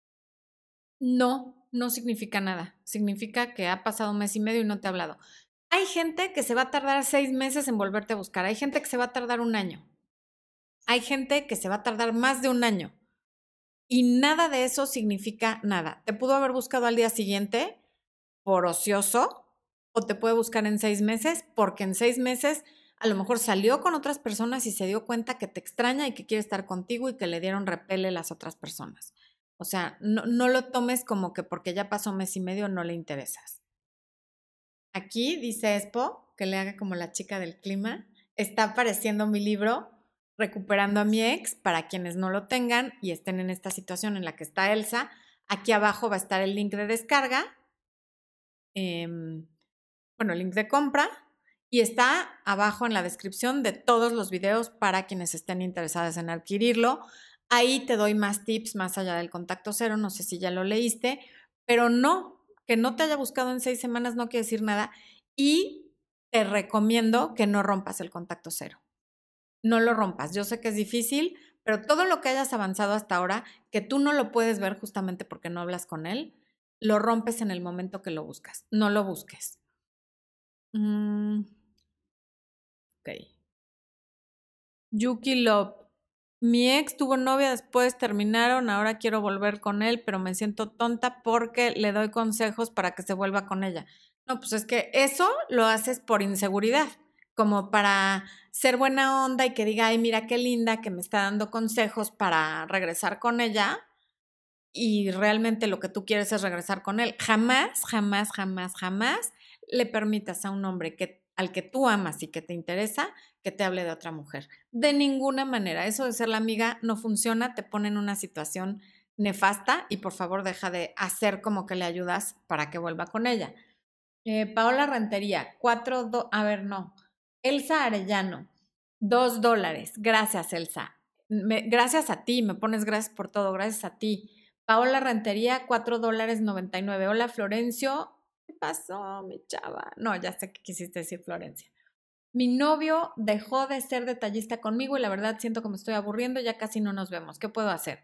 S1: No, no significa nada. Significa que ha pasado un mes y medio y no te ha hablado. Hay gente que se va a tardar seis meses en volverte a buscar. Hay gente que se va a tardar un año. Hay gente que se va a tardar más de un año. Y nada de eso significa nada. Te pudo haber buscado al día siguiente por ocioso o te puede buscar en seis meses porque en seis meses a lo mejor salió con otras personas y se dio cuenta que te extraña y que quiere estar contigo y que le dieron repele las otras personas. O sea, no, no lo tomes como que porque ya pasó un mes y medio no le interesas. Aquí dice Expo, que le haga como la chica del clima. Está apareciendo mi libro, Recuperando a mi ex, para quienes no lo tengan y estén en esta situación en la que está Elsa. Aquí abajo va a estar el link de descarga, eh, bueno, el link de compra, y está abajo en la descripción de todos los videos para quienes estén interesados en adquirirlo. Ahí te doy más tips más allá del contacto cero, no sé si ya lo leíste, pero no, que no te haya buscado en seis semanas no quiere decir nada. Y te recomiendo que no rompas el contacto cero. No lo rompas. Yo sé que es difícil, pero todo lo que hayas avanzado hasta ahora, que tú no lo puedes ver justamente porque no hablas con él, lo rompes en el momento que lo buscas. No lo busques. Mm, ok. Yuki Love. Mi ex tuvo novia, después terminaron, ahora quiero volver con él, pero me siento tonta porque le doy consejos para que se vuelva con ella. No, pues es que eso lo haces por inseguridad, como para ser buena onda y que diga, ay, mira qué linda que me está dando consejos para regresar con ella y realmente lo que tú quieres es regresar con él. Jamás, jamás, jamás, jamás le permitas a un hombre que, al que tú amas y que te interesa que te hable de otra mujer. De ninguna manera. Eso de ser la amiga no funciona, te pone en una situación nefasta y por favor deja de hacer como que le ayudas para que vuelva con ella. Eh, Paola Rentería, cuatro, do, a ver, no. Elsa Arellano, dos dólares. Gracias, Elsa. Me, gracias a ti, me pones gracias por todo, gracias a ti. Paola Rentería, cuatro dólares noventa y nueve. Hola, Florencio. ¿Qué pasó, mi chava? No, ya sé que quisiste decir Florencia. Mi novio dejó de ser detallista conmigo y la verdad siento que me estoy aburriendo, ya casi no nos vemos. ¿Qué puedo hacer?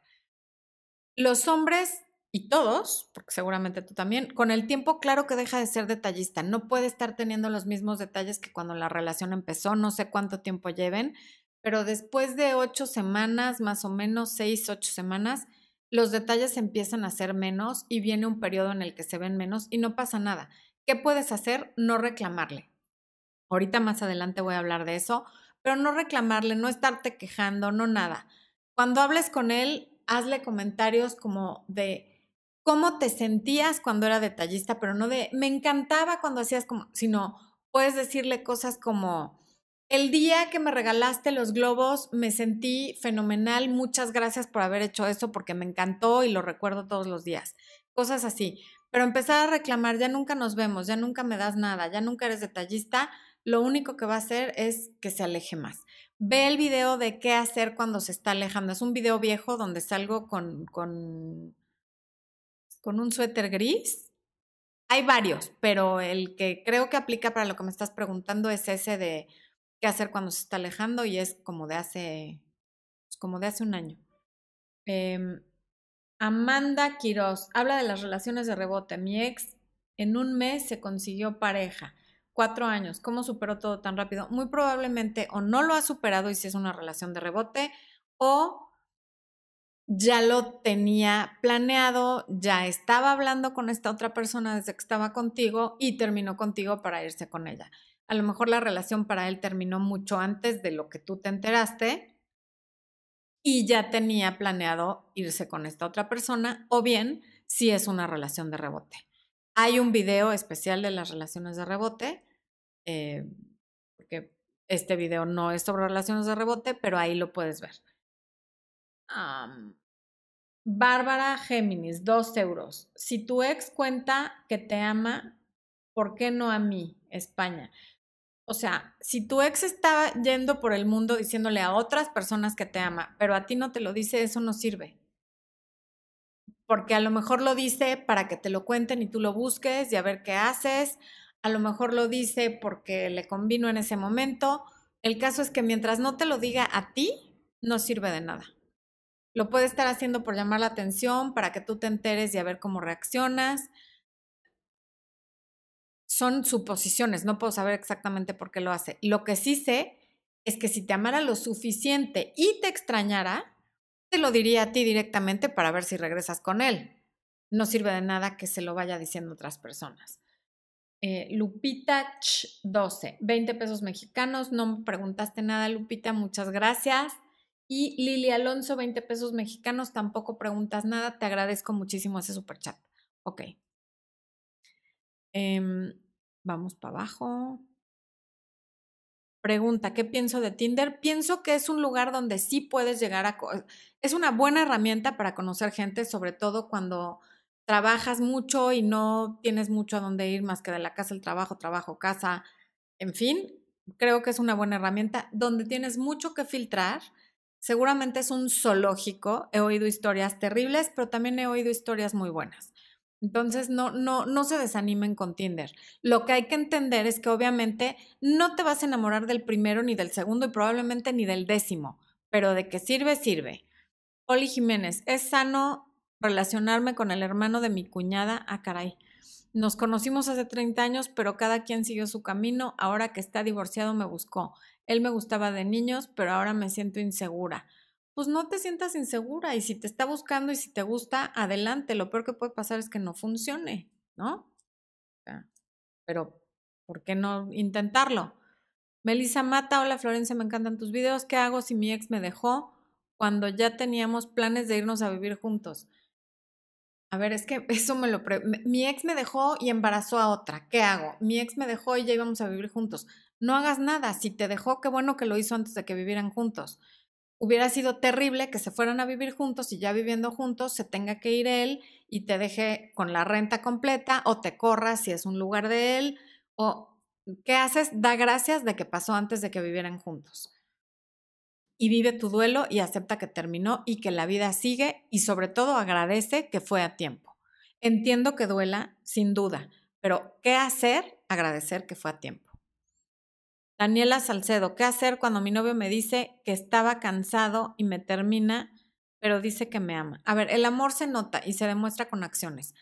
S1: Los hombres y todos, porque seguramente tú también, con el tiempo claro que deja de ser detallista, no puede estar teniendo los mismos detalles que cuando la relación empezó, no sé cuánto tiempo lleven, pero después de ocho semanas, más o menos seis, ocho semanas, los detalles empiezan a ser menos y viene un periodo en el que se ven menos y no pasa nada. ¿Qué puedes hacer? No reclamarle. Ahorita más adelante voy a hablar de eso, pero no reclamarle, no estarte quejando, no nada. Cuando hables con él, hazle comentarios como de cómo te sentías cuando era detallista, pero no de me encantaba cuando hacías como, sino puedes decirle cosas como el día que me regalaste los globos me sentí fenomenal, muchas gracias por haber hecho eso porque me encantó y lo recuerdo todos los días. Cosas así. Pero empezar a reclamar, ya nunca nos vemos, ya nunca me das nada, ya nunca eres detallista, lo único que va a hacer es que se aleje más. Ve el video de qué hacer cuando se está alejando. Es un video viejo donde salgo con, con, con un suéter gris. Hay varios, pero el que creo que aplica para lo que me estás preguntando es ese de qué hacer cuando se está alejando y es como de hace, como de hace un año. Eh, Amanda Quiroz habla de las relaciones de rebote. Mi ex en un mes se consiguió pareja. Cuatro años. ¿Cómo superó todo tan rápido? Muy probablemente o no lo ha superado y si es una relación de rebote o ya lo tenía planeado, ya estaba hablando con esta otra persona desde que estaba contigo y terminó contigo para irse con ella. A lo mejor la relación para él terminó mucho antes de lo que tú te enteraste y ya tenía planeado irse con esta otra persona, o bien si es una relación de rebote. Hay un video especial de las relaciones de rebote, eh, porque este video no es sobre relaciones de rebote, pero ahí lo puedes ver. Um, Bárbara Géminis, dos euros. Si tu ex cuenta que te ama, ¿por qué no a mí, España? O sea, si tu ex está yendo por el mundo diciéndole a otras personas que te ama, pero a ti no te lo dice, eso no sirve. Porque a lo mejor lo dice para que te lo cuenten y tú lo busques y a ver qué haces. A lo mejor lo dice porque le convino en ese momento. El caso es que mientras no te lo diga a ti, no sirve de nada. Lo puede estar haciendo por llamar la atención, para que tú te enteres y a ver cómo reaccionas. Son suposiciones, no puedo saber exactamente por qué lo hace. Lo que sí sé es que si te amara lo suficiente y te extrañara, te lo diría a ti directamente para ver si regresas con él. No sirve de nada que se lo vaya diciendo a otras personas. Eh, Lupita Ch doce, veinte pesos mexicanos. No me preguntaste nada, Lupita, muchas gracias. Y Lili Alonso, veinte pesos mexicanos, tampoco preguntas nada, te agradezco muchísimo ese superchat. Ok. Eh, vamos para abajo. Pregunta, ¿qué pienso de Tinder? Pienso que es un lugar donde sí puedes llegar a... Es una buena herramienta para conocer gente, sobre todo cuando trabajas mucho y no tienes mucho a dónde ir más que de la casa al trabajo, trabajo, casa, en fin, creo que es una buena herramienta. Donde tienes mucho que filtrar, seguramente es un zoológico. He oído historias terribles, pero también he oído historias muy buenas. Entonces, no, no, no se desanimen con Tinder. Lo que hay que entender es que obviamente no te vas a enamorar del primero ni del segundo y probablemente ni del décimo, pero de que sirve, sirve. Oli Jiménez, ¿es sano relacionarme con el hermano de mi cuñada? Ah, caray. Nos conocimos hace treinta años, pero cada quien siguió su camino. Ahora que está divorciado me buscó. Él me gustaba de niños, pero ahora me siento insegura. Pues no te sientas insegura y si te está buscando y si te gusta, adelante. Lo peor que puede pasar es que no funcione, ¿no? Pero, ¿por qué no intentarlo? Melissa Mata, hola Florencia, me encantan tus videos. ¿Qué hago si mi ex me dejó cuando ya teníamos planes de irnos a vivir juntos? A ver, es que eso me lo... Pre mi ex me dejó y embarazó a otra. ¿Qué hago? Mi ex me dejó y ya íbamos a vivir juntos. No hagas nada. Si te dejó, qué bueno que lo hizo antes de que vivieran juntos. Hubiera sido terrible que se fueran a vivir juntos y ya viviendo juntos se tenga que ir él y te deje con la renta completa o te corras si es un lugar de él o ¿qué haces? Da gracias de que pasó antes de que vivieran juntos. Y vive tu duelo y acepta que terminó y que la vida sigue y sobre todo agradece que fue a tiempo. Entiendo que duela, sin duda, pero ¿qué hacer? Agradecer que fue a tiempo. Daniela Salcedo, ¿qué hacer cuando mi novio me dice que estaba cansado y me termina, pero dice que me ama? A ver, el amor se nota y se demuestra con acciones.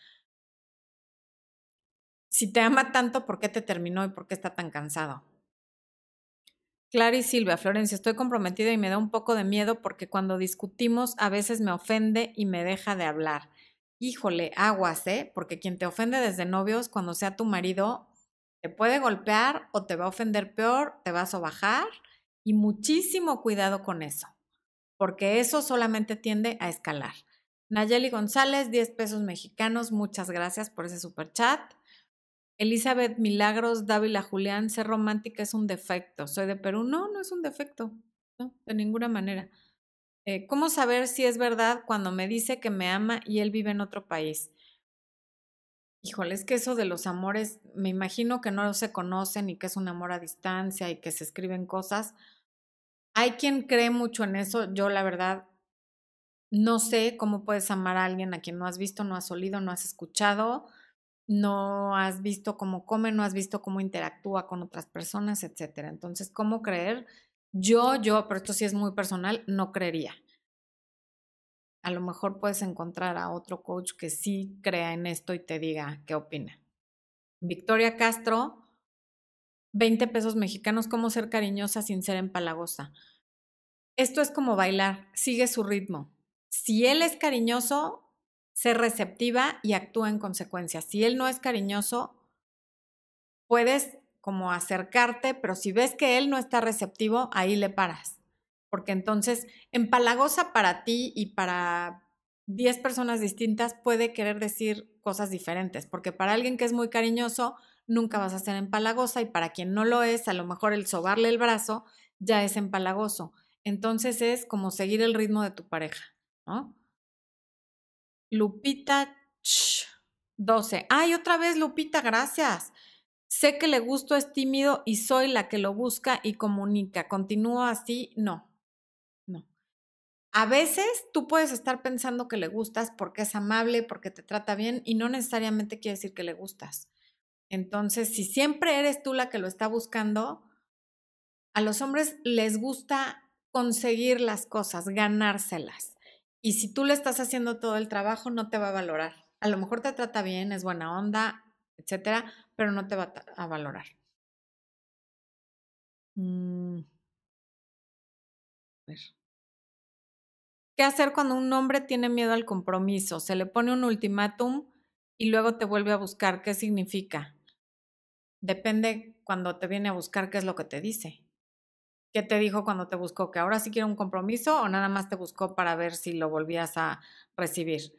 S1: Si te ama tanto, ¿por qué te terminó y por qué está tan cansado? Clara y Silvia, Florencia, estoy comprometida y me da un poco de miedo porque cuando discutimos a veces me ofende y me deja de hablar. Híjole, aguas, ¿eh? Porque quien te ofende desde novios, cuando sea tu marido, te puede golpear o te va a ofender peor, te va a sobajar y muchísimo cuidado con eso, porque eso solamente tiende a escalar. Nayeli González, diez pesos mexicanos, muchas gracias por ese superchat. Elizabeth Milagros Dávila Julián, ser romántica es un defecto. Soy de Perú. No, no es un defecto, no, de ninguna manera. Eh, ¿Cómo saber si es verdad cuando me dice que me ama y él vive en otro país? Híjole, es que eso de los amores, me imagino que no se conocen y que es un amor a distancia y que se escriben cosas. Hay quien cree mucho en eso. Yo, la verdad, no sé cómo puedes amar a alguien a quien no has visto, no has olido, no has escuchado. No has visto cómo come, no has visto cómo interactúa con otras personas, etcétera. Entonces, ¿cómo creer? Yo, yo, pero esto sí es muy personal, no creería. A lo mejor puedes encontrar a otro coach que sí crea en esto y te diga qué opina. Victoria Castro, veinte pesos mexicanos, ¿cómo ser cariñosa sin ser empalagosa? Esto es como bailar, sigue su ritmo. Si él es cariñoso, sé receptiva y actúa en consecuencia. Si él no es cariñoso, puedes como acercarte, pero si ves que él no está receptivo, ahí le paras. Porque entonces, empalagosa para ti y para diez personas distintas puede querer decir cosas diferentes, porque para alguien que es muy cariñoso, nunca vas a ser empalagosa y para quien no lo es, a lo mejor el sobarle el brazo ya es empalagoso. Entonces es como seguir el ritmo de tu pareja, ¿no? Lupita doce. Ay, otra vez Lupita, gracias. Sé que le gusto, es tímido y soy la que lo busca y comunica. ¿Continúo así? No, no. A veces tú puedes estar pensando que le gustas porque es amable, porque te trata bien y no necesariamente quiere decir que le gustas. Entonces, si siempre eres tú la que lo está buscando, a los hombres les gusta conseguir las cosas, ganárselas. Y si tú le estás haciendo todo el trabajo, no te va a valorar. A lo mejor te trata bien, es buena onda, etcétera, pero no te va a valorar. Mm, a ver. ¿Qué hacer cuando un hombre tiene miedo al compromiso? Se le pone un ultimátum y luego te vuelve a buscar. ¿Qué significa? Depende cuando te viene a buscar qué es lo que te dice. ¿Qué te dijo cuando te buscó? ¿Que ahora sí quiere un compromiso o nada más te buscó para ver si lo volvías a recibir?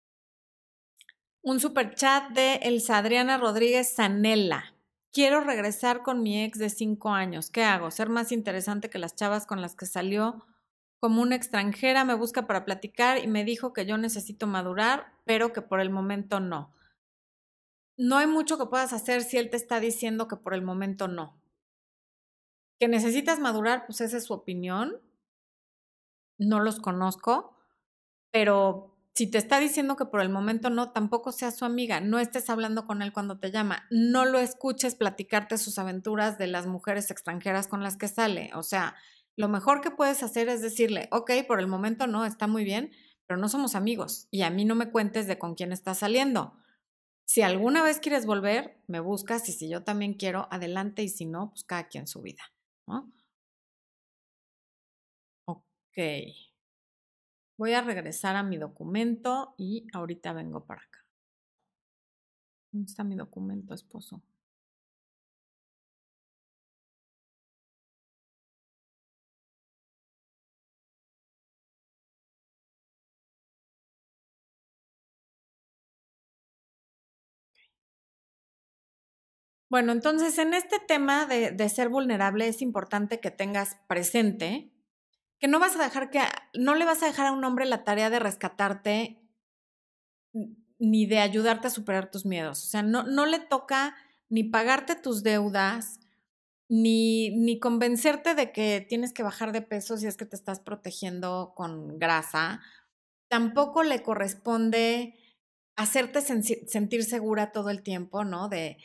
S1: Un superchat de Elsa Adriana Rodríguez Zanella. Quiero regresar con mi ex de cinco años. ¿Qué hago? ¿Ser más interesante que las chavas con las que salió como una extranjera? Me busca para platicar y me dijo que yo necesito madurar, pero que por el momento no. No hay mucho que puedas hacer si él te está diciendo que por el momento no. Que necesitas madurar, pues esa es su opinión. No los conozco, pero si te está diciendo que por el momento no, tampoco seas su amiga, no estés hablando con él cuando te llama, no lo escuches platicarte sus aventuras de las mujeres extranjeras con las que sale. O sea, lo mejor que puedes hacer es decirle, ok, por el momento no, está muy bien, pero no somos amigos y a mí no me cuentes de con quién estás saliendo. Si alguna vez quieres volver, me buscas y si yo también quiero, adelante y si no, pues cada quien su vida, ¿no? Ok. Voy a regresar a mi documento y ahorita vengo para acá. ¿Dónde está mi documento, esposo? Bueno, entonces en este tema de, de ser vulnerable es importante que tengas presente que no vas a dejar que, no le vas a dejar a un hombre la tarea de rescatarte ni de ayudarte a superar tus miedos. O sea, no, no le toca ni pagarte tus deudas, ni, ni convencerte de que tienes que bajar de peso si es que te estás protegiendo con grasa. Tampoco le corresponde hacerte sen- sentir segura todo el tiempo, ¿no? De,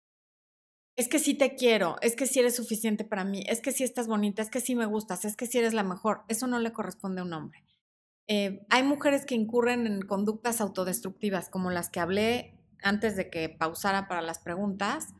S1: es que sí te quiero, es que sí eres suficiente para mí, es que sí estás bonita, es que sí me gustas, es que sí eres la mejor. Eso no le corresponde a un hombre. Eh, hay mujeres que incurren en conductas autodestructivas, como las que hablé antes de que pausara para las preguntas,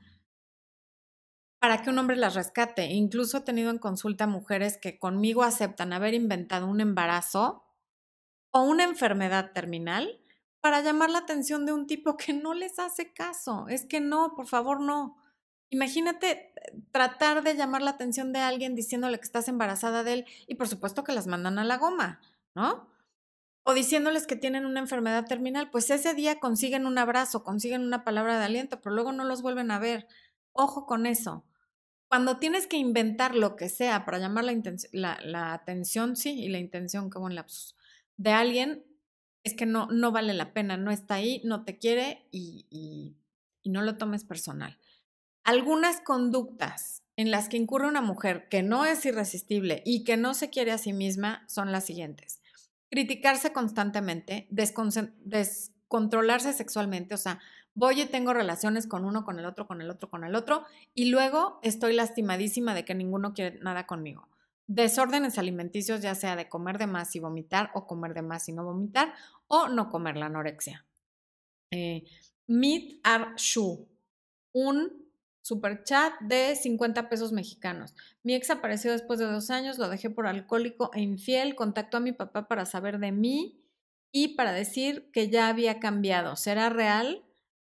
S1: para que un hombre las rescate. Incluso he tenido en consulta mujeres que conmigo aceptan haber inventado un embarazo o una enfermedad terminal para llamar la atención de un tipo que no les hace caso. Es que no, por favor, no. Imagínate eh, tratar de llamar la atención de alguien diciéndole que estás embarazada de él y por supuesto que las mandan a la goma, ¿no? O diciéndoles que tienen una enfermedad terminal, pues ese día consiguen un abrazo, consiguen una palabra de aliento, pero luego no los vuelven a ver. Ojo con eso. Cuando tienes que inventar lo que sea para llamar la, la, la atención, sí, y la intención, qué buen lapsus, de alguien, es que no, no vale la pena, no está ahí, no te quiere y, y, y no lo tomes personal. Algunas conductas en las que incurre una mujer que no es irresistible y que no se quiere a sí misma son las siguientes. Criticarse constantemente, descontrolarse sexualmente, o sea, voy y tengo relaciones con uno, con el otro, con el otro, con el otro, y luego estoy lastimadísima de que ninguno quiere nada conmigo. Desórdenes alimenticios, ya sea de comer de más y vomitar, o comer de más y no vomitar, o no comer la anorexia. Eh, Meet Arshu, un superchat de cincuenta pesos mexicanos. Mi ex apareció después de dos años, lo dejé por alcohólico e infiel, contactó a mi papá para saber de mí y para decir que ya había cambiado. ¿Será real?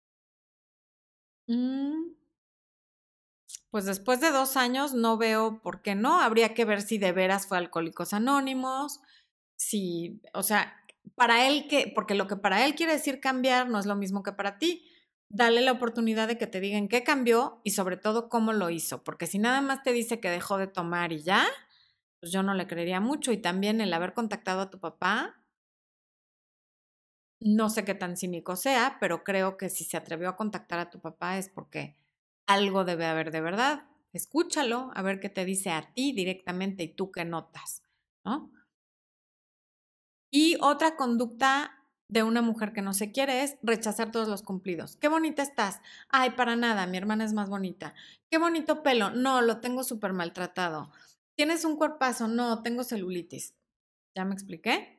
S1: Mm, pues después de dos años no veo por qué no. Habría que ver si de veras fue Alcohólicos Anónimos, si, o sea, para él que, porque lo que para él quiere decir cambiar no es lo mismo que para ti. Dale la oportunidad de que te digan qué cambió y sobre todo cómo lo hizo, porque si nada más te dice que dejó de tomar y ya, pues yo no le creería mucho. Y también el haber contactado a tu papá, no sé qué tan cínico sea, pero creo que si se atrevió a contactar a tu papá es porque algo debe haber de verdad. Escúchalo, a ver qué te dice a ti directamente y tú qué notas, ¿no? Y otra conducta de una mujer que no se quiere es rechazar todos los cumplidos. Qué bonita estás. Ay, para nada, mi hermana es más bonita. Qué bonito pelo. No, lo tengo súper maltratado. ¿Tienes un cuerpazo? No, tengo celulitis. ¿Ya me expliqué?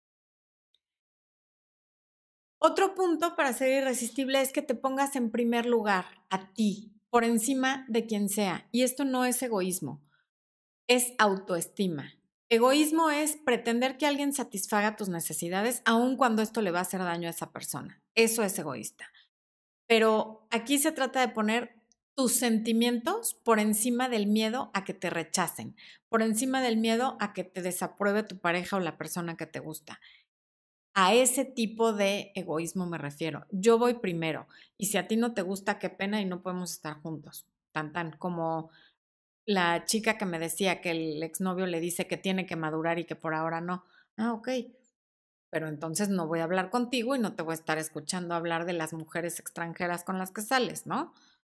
S1: Otro punto para ser irresistible es que te pongas en primer lugar a ti, por encima de quien sea. Y esto no es egoísmo, es autoestima. Egoísmo es pretender que alguien satisfaga tus necesidades, aun cuando esto le va a hacer daño a esa persona. Eso es egoísta. Pero aquí se trata de poner tus sentimientos por encima del miedo a que te rechacen, por encima del miedo a que te desapruebe tu pareja o la persona que te gusta. A ese tipo de egoísmo me refiero. Yo voy primero y si a ti no te gusta, qué pena y no podemos estar juntos. Tan tan como la chica que me decía que el exnovio le dice que tiene que madurar y que por ahora no. Ah, ok. Pero entonces no voy a hablar contigo y no te voy a estar escuchando hablar de las mujeres extranjeras con las que sales, ¿no?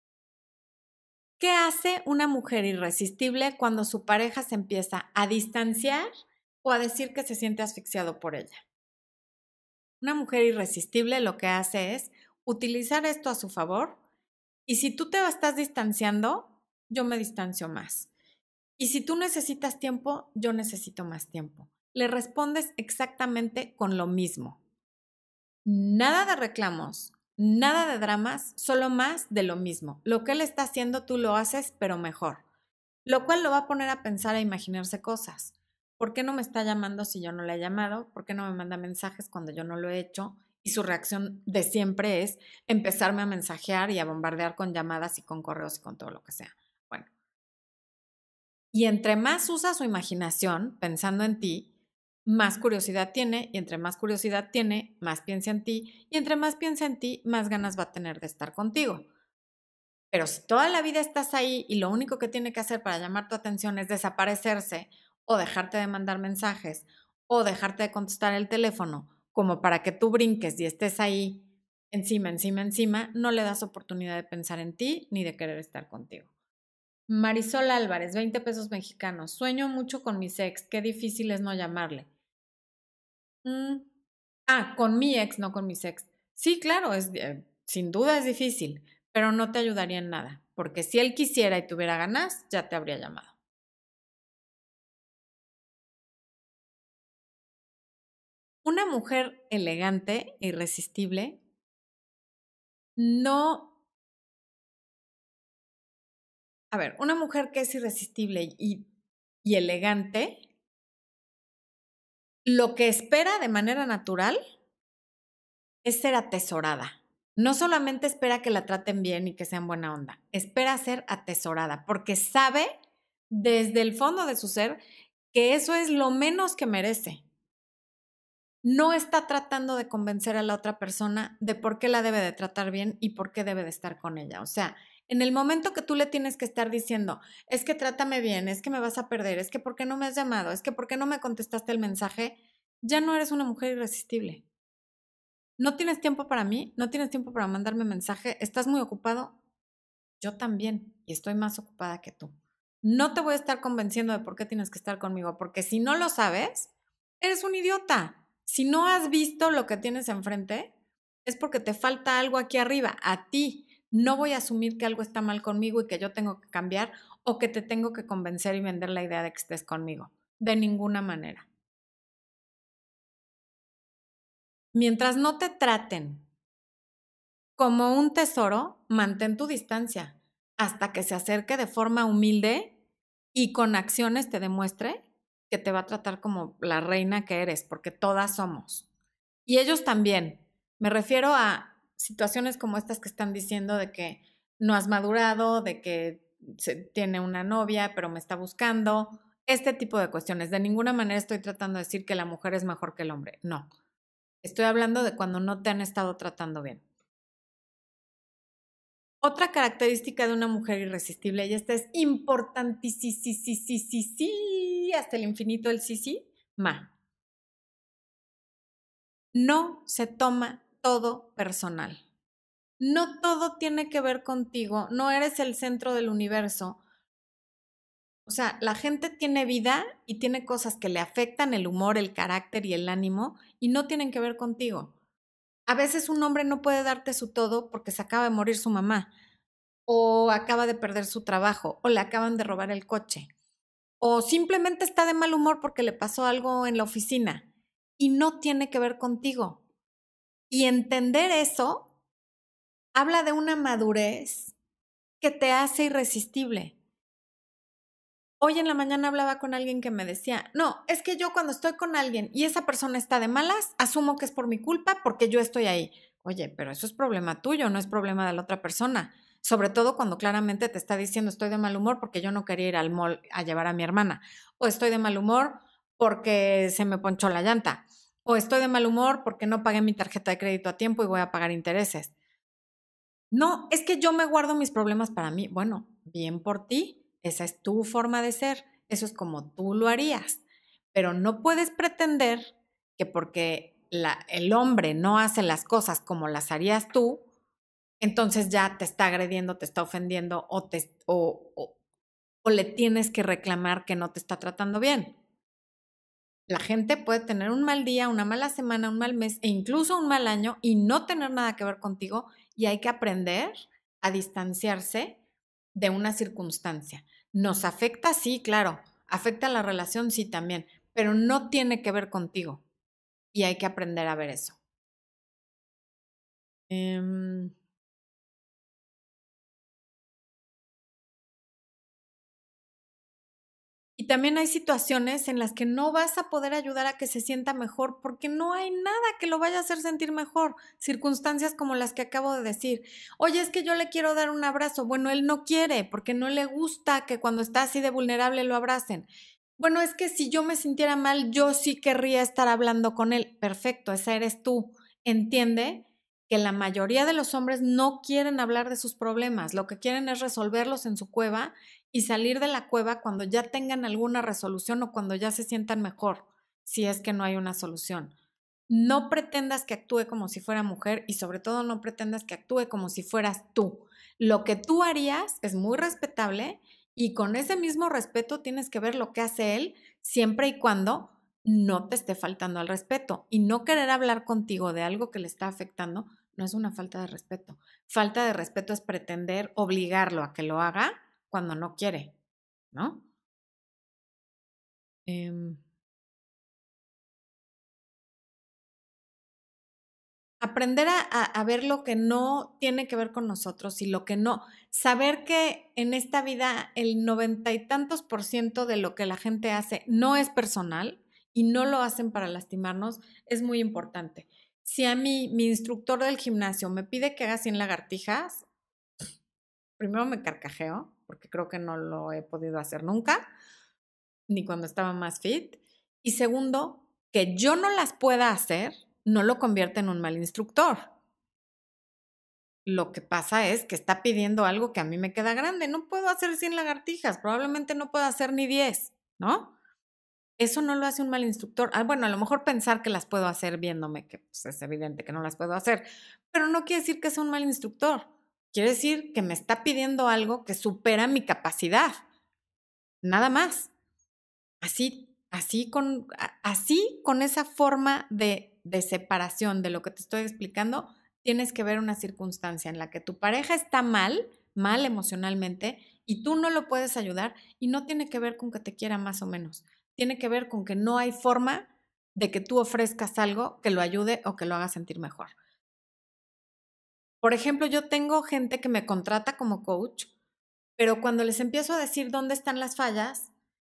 S1: ¿Qué hace una mujer irresistible cuando su pareja se empieza a distanciar o a decir que se siente asfixiado por ella? Una mujer irresistible lo que hace es utilizar esto a su favor y si tú te estás distanciando, yo me distancio más. Y si tú necesitas tiempo, yo necesito más tiempo. Le respondes exactamente con lo mismo. Nada de reclamos, nada de dramas, solo más de lo mismo. Lo que él está haciendo, tú lo haces, pero mejor. Lo cual lo va a poner a pensar, a imaginarse cosas. ¿Por qué no me está llamando si yo no le he llamado? ¿Por qué no me manda mensajes cuando yo no lo he hecho? Y su reacción de siempre es empezarme a mensajear y a bombardear con llamadas y con correos y con todo lo que sea. Bueno, y entre más usa su imaginación pensando en ti, más curiosidad tiene, y entre más curiosidad tiene, más piensa en ti, y entre más piensa en ti, más ganas va a tener de estar contigo. Pero si toda la vida estás ahí y lo único que tiene que hacer para llamar tu atención es desaparecerse o dejarte de mandar mensajes o dejarte de contestar el teléfono, como para que tú brinques y estés ahí encima, encima, encima, no le das oportunidad de pensar en ti ni de querer estar contigo. Marisol Álvarez, veinte pesos mexicanos. Sueño mucho con mis ex. Qué difícil es no llamarle. Mm. Ah, con mi ex, no con mis ex. Sí, claro, es, eh, sin duda es difícil, pero no te ayudaría en nada, porque si él quisiera y tuviera ganas, ya te habría llamado. Una mujer elegante e irresistible no, a ver, una mujer que es irresistible y, y elegante, lo que espera de manera natural es ser atesorada. No solamente espera que la traten bien y que sean buena onda, espera ser atesorada porque sabe desde el fondo de su ser que eso es lo menos que merece. No está tratando de convencer a la otra persona de por qué la debe de tratar bien y por qué debe de estar con ella. O sea, en el momento que tú le tienes que estar diciendo, es que trátame bien, es que me vas a perder, es que por qué no me has llamado, es que por qué no me contestaste el mensaje, ya no eres una mujer irresistible. ¿No tienes tiempo para mí? ¿No tienes tiempo para mandarme mensaje? ¿Estás muy ocupado? Yo también, y estoy más ocupada que tú. No te voy a estar convenciendo de por qué tienes que estar conmigo, porque si no lo sabes, eres un idiota. Si no has visto lo que tienes enfrente, es porque te falta algo aquí arriba, a ti. No voy a asumir que algo está mal conmigo y que yo tengo que cambiar o que te tengo que convencer y vender la idea de que estés conmigo. De ninguna manera. Mientras no te traten como un tesoro, mantén tu distancia hasta que se acerque de forma humilde y con acciones te demuestre que te va a tratar como la reina que eres, porque todas somos. Y ellos también. Me refiero a situaciones como estas que están diciendo de que no has madurado, de que se, tiene una novia, pero me está buscando. Este tipo de cuestiones. De ninguna manera estoy tratando de decir que la mujer es mejor que el hombre. No. Estoy hablando de cuando no te han estado tratando bien. Otra característica de una mujer irresistible, y esta es importantísima, hasta el infinito el sí, sí, ma. No se toma todo personal. No todo tiene que ver contigo, no eres el centro del universo. O sea, la gente tiene vida y tiene cosas que le afectan el humor, el carácter y el ánimo y no tienen que ver contigo. A veces un hombre no puede darte su todo porque se acaba de morir su mamá o acaba de perder su trabajo o le acaban de robar el coche o simplemente está de mal humor porque le pasó algo en la oficina y no tiene que ver contigo. Y entender eso habla de una madurez que te hace irresistible. Hoy en la mañana hablaba con alguien que me decía, no, es que yo cuando estoy con alguien y esa persona está de malas, asumo que es por mi culpa porque yo estoy ahí. Oye, pero eso es problema tuyo, no es problema de la otra persona. Sobre todo cuando claramente te está diciendo estoy de mal humor porque yo no quería ir al mall a llevar a mi hermana. O estoy de mal humor porque se me ponchó la llanta. O estoy de mal humor porque no pagué mi tarjeta de crédito a tiempo y voy a pagar intereses. No, es que yo me guardo mis problemas para mí. Bueno, bien por ti, esa es tu forma de ser, eso es como tú lo harías, pero no puedes pretender que porque la, el hombre no hace las cosas como las harías tú, entonces ya te está agrediendo, te está ofendiendo o, te, o, o, o le tienes que reclamar que no te está tratando bien. La gente puede tener un mal día, una mala semana, un mal mes e incluso un mal año y no tener nada que ver contigo y hay que aprender a distanciarse de una circunstancia. ¿Nos afecta? Sí, claro. ¿Afecta la relación? Sí, también. Pero no tiene que ver contigo y hay que aprender a ver eso. Eh, Y también hay situaciones en las que no vas a poder ayudar a que se sienta mejor porque no hay nada que lo vaya a hacer sentir mejor. Circunstancias como las que acabo de decir. Oye, es que yo le quiero dar un abrazo. Bueno, él no quiere porque no le gusta que cuando está así de vulnerable lo abracen. Bueno, es que si yo me sintiera mal, yo sí querría estar hablando con él. Perfecto, esa eres tú. Entiende que la mayoría de los hombres no quieren hablar de sus problemas. Lo que quieren es resolverlos en su cueva y salir de la cueva cuando ya tengan alguna resolución o cuando ya se sientan mejor, si es que no hay una solución. No pretendas que actúe como si fuera mujer y sobre todo no pretendas que actúe como si fueras tú. Lo que tú harías es muy respetable y con ese mismo respeto tienes que ver lo que hace él siempre y cuando no te esté faltando al respeto. Y no querer hablar contigo de algo que le está afectando no es una falta de respeto. Falta de respeto es pretender obligarlo a que lo haga cuando no quiere, ¿no? Eh, aprender a, a, a ver lo que no tiene que ver con nosotros y lo que no. Saber que en esta vida el noventa y tantos por ciento de lo que la gente hace no es personal y no lo hacen para lastimarnos es muy importante. Si a mí, mi instructor del gimnasio me pide que haga cien lagartijas, primero me carcajeo, porque creo que no lo he podido hacer nunca, ni cuando estaba más fit. Y segundo, que yo no las pueda hacer no lo convierte en un mal instructor. Lo que pasa es que está pidiendo algo que a mí me queda grande. No puedo hacer cien lagartijas, probablemente no pueda hacer ni diez, ¿no? Eso no lo hace un mal instructor. Ah, bueno, a lo mejor pensar que las puedo hacer viéndome, que pues, es evidente que no las puedo hacer, pero no quiere decir que sea un mal instructor. Quiere decir que me está pidiendo algo que supera mi capacidad. Nada más. Así, así con, así con esa forma de, de separación de lo que te estoy explicando, tienes que ver una circunstancia en la que tu pareja está mal, mal emocionalmente, y tú no lo puedes ayudar, y no tiene que ver con que te quiera más o menos, tiene que ver con que no hay forma de que tú ofrezcas algo que lo ayude o que lo haga sentir mejor. Por ejemplo, yo tengo gente que me contrata como coach, pero cuando les empiezo a decir dónde están las fallas,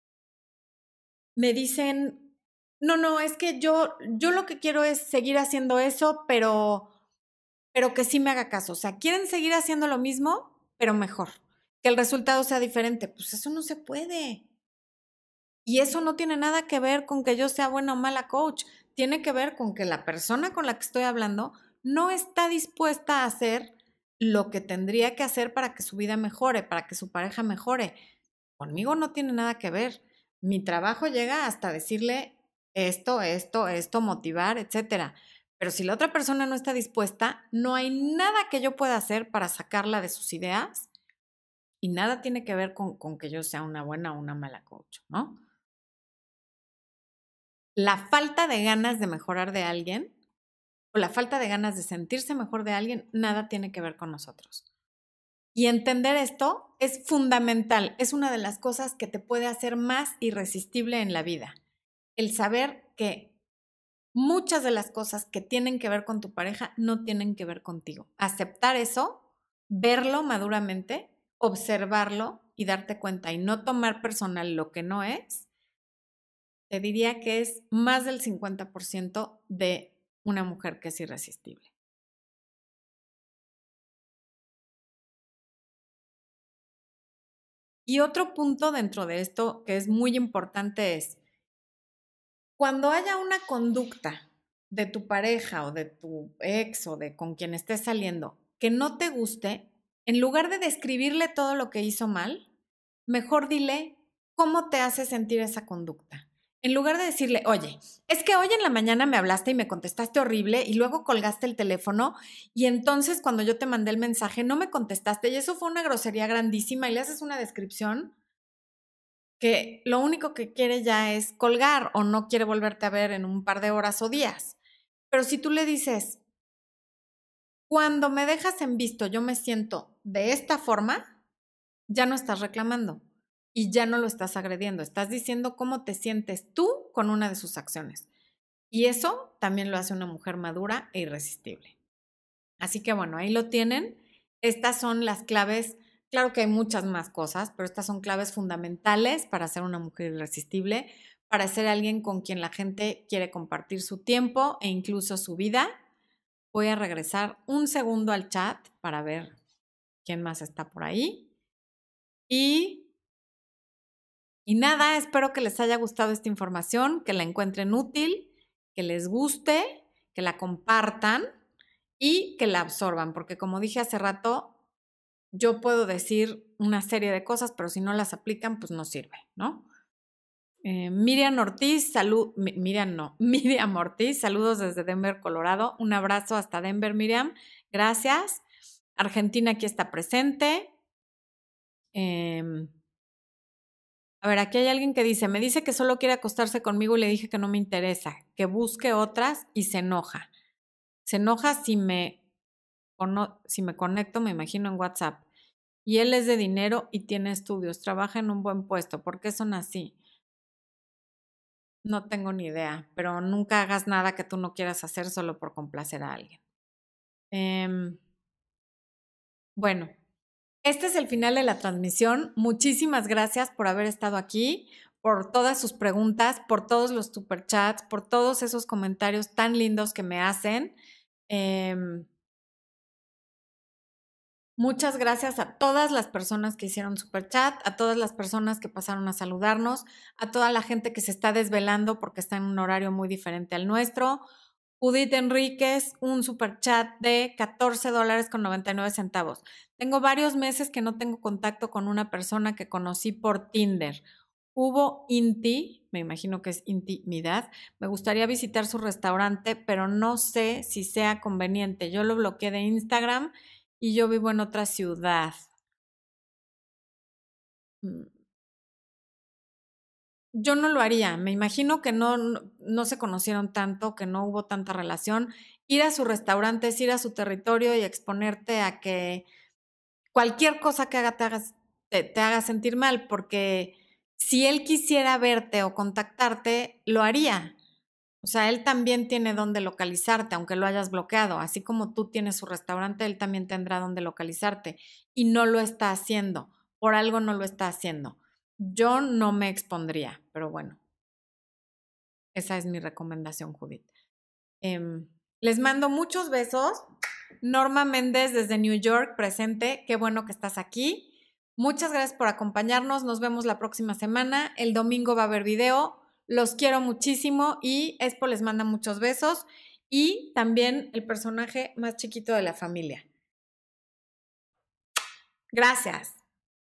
S1: me dicen, no, no, es que yo, yo lo que quiero es seguir haciendo eso, pero, pero que sí me haga caso. O sea, quieren seguir haciendo lo mismo, pero mejor. Que el resultado sea diferente. Pues eso no se puede. Y eso no tiene nada que ver con que yo sea buena o mala coach. Tiene que ver con que la persona con la que estoy hablando no está dispuesta a hacer lo que tendría que hacer para que su vida mejore, para que su pareja mejore. Conmigo no tiene nada que ver. Mi trabajo llega hasta decirle esto, esto, esto, motivar, etcétera. Pero si la otra persona no está dispuesta, no hay nada que yo pueda hacer para sacarla de sus ideas y nada tiene que ver con, con que yo sea una buena o una mala coach, ¿no? La falta de ganas de mejorar de alguien o la falta de ganas de sentirse mejor de alguien, nada tiene que ver con nosotros. Y entender esto es fundamental, es una de las cosas que te puede hacer más irresistible en la vida. El saber que muchas de las cosas que tienen que ver con tu pareja no tienen que ver contigo. Aceptar eso, verlo maduramente, observarlo y darte cuenta y no tomar personal lo que no es, te diría que es más del cincuenta por ciento de una mujer que es irresistible. Y otro punto dentro de esto que es muy importante es, cuando haya una conducta de tu pareja o de tu ex o de con quien estés saliendo que no te guste, en lugar de describirle todo lo que hizo mal, mejor dile cómo te hace sentir esa conducta. En lugar de decirle, oye, es que hoy en la mañana me hablaste y me contestaste horrible y luego colgaste el teléfono y entonces cuando yo te mandé el mensaje no me contestaste y eso fue una grosería grandísima y le haces una descripción que lo único que quiere ya es colgar o no quiere volverte a ver en un par de horas o días. Pero si tú le dices, cuando me dejas en visto yo me siento de esta forma, ya no estás reclamando y ya no lo estás agrediendo. Estás diciendo cómo te sientes tú con una de sus acciones. Y eso también lo hace una mujer madura e irresistible. Así que bueno, ahí lo tienen. Estas son las claves. Claro que hay muchas más cosas, pero estas son claves fundamentales para ser una mujer irresistible, para ser alguien con quien la gente quiere compartir su tiempo e incluso su vida. Voy a regresar un segundo al chat para ver quién más está por ahí. Y, y nada, espero que les haya gustado esta información, que la encuentren útil, que les guste, que la compartan y que la absorban, porque como dije hace rato, yo puedo decir una serie de cosas, pero si no las aplican, pues no sirve, ¿no? Eh, Miriam Ortiz, salud, Miriam no, Miriam Ortiz, saludos desde Denver, Colorado. Un abrazo hasta Denver, Miriam. Gracias. Argentina aquí está presente. Eh, a ver, aquí hay alguien que dice, me dice que solo quiere acostarse conmigo y le dije que no me interesa, que busque otras y se enoja. Se enoja si me, o no, si me conecto, me imagino, en WhatsApp. Y él es de dinero y tiene estudios, trabaja en un buen puesto. ¿Por qué son así? No tengo ni idea, pero nunca hagas nada que tú no quieras hacer solo por complacer a alguien. Eh, bueno, este es el final de la transmisión. Muchísimas gracias por haber estado aquí, por todas sus preguntas, por todos los superchats, por todos esos comentarios tan lindos que me hacen. Eh, Muchas gracias a todas las personas que hicieron superchat, a todas las personas que pasaron a saludarnos, a toda la gente que se está desvelando porque está en un horario muy diferente al nuestro. Judith Enríquez, un superchat de catorce dólares con noventa y nueve centavos. Tengo varios meses que no tengo contacto con una persona que conocí por Tinder. Hubo inti, me imagino que es intimidad. Me gustaría visitar su restaurante, pero no sé si sea conveniente. Yo lo bloqueé de Instagram y yo vivo en otra ciudad. Yo no lo haría. Me imagino que no, no, no se conocieron tanto, que no hubo tanta relación. Ir a su restaurante es ir a su territorio y exponerte a que cualquier cosa que haga te, hagas, te, te haga sentir mal, porque si él quisiera verte o contactarte, lo haría. O sea, él también tiene dónde localizarte, aunque lo hayas bloqueado. Así como tú tienes su restaurante, él también tendrá dónde localizarte. Y no lo está haciendo. Por algo no lo está haciendo. Yo no me expondría, pero bueno, esa es mi recomendación, Judith. Eh, les mando muchos besos. Norma Méndez desde New York, presente. Qué bueno que estás aquí. Muchas gracias por acompañarnos. Nos vemos la próxima semana. El domingo va a haber video. Los quiero muchísimo y Expo les manda muchos besos. Y también el personaje más chiquito de la familia. Gracias.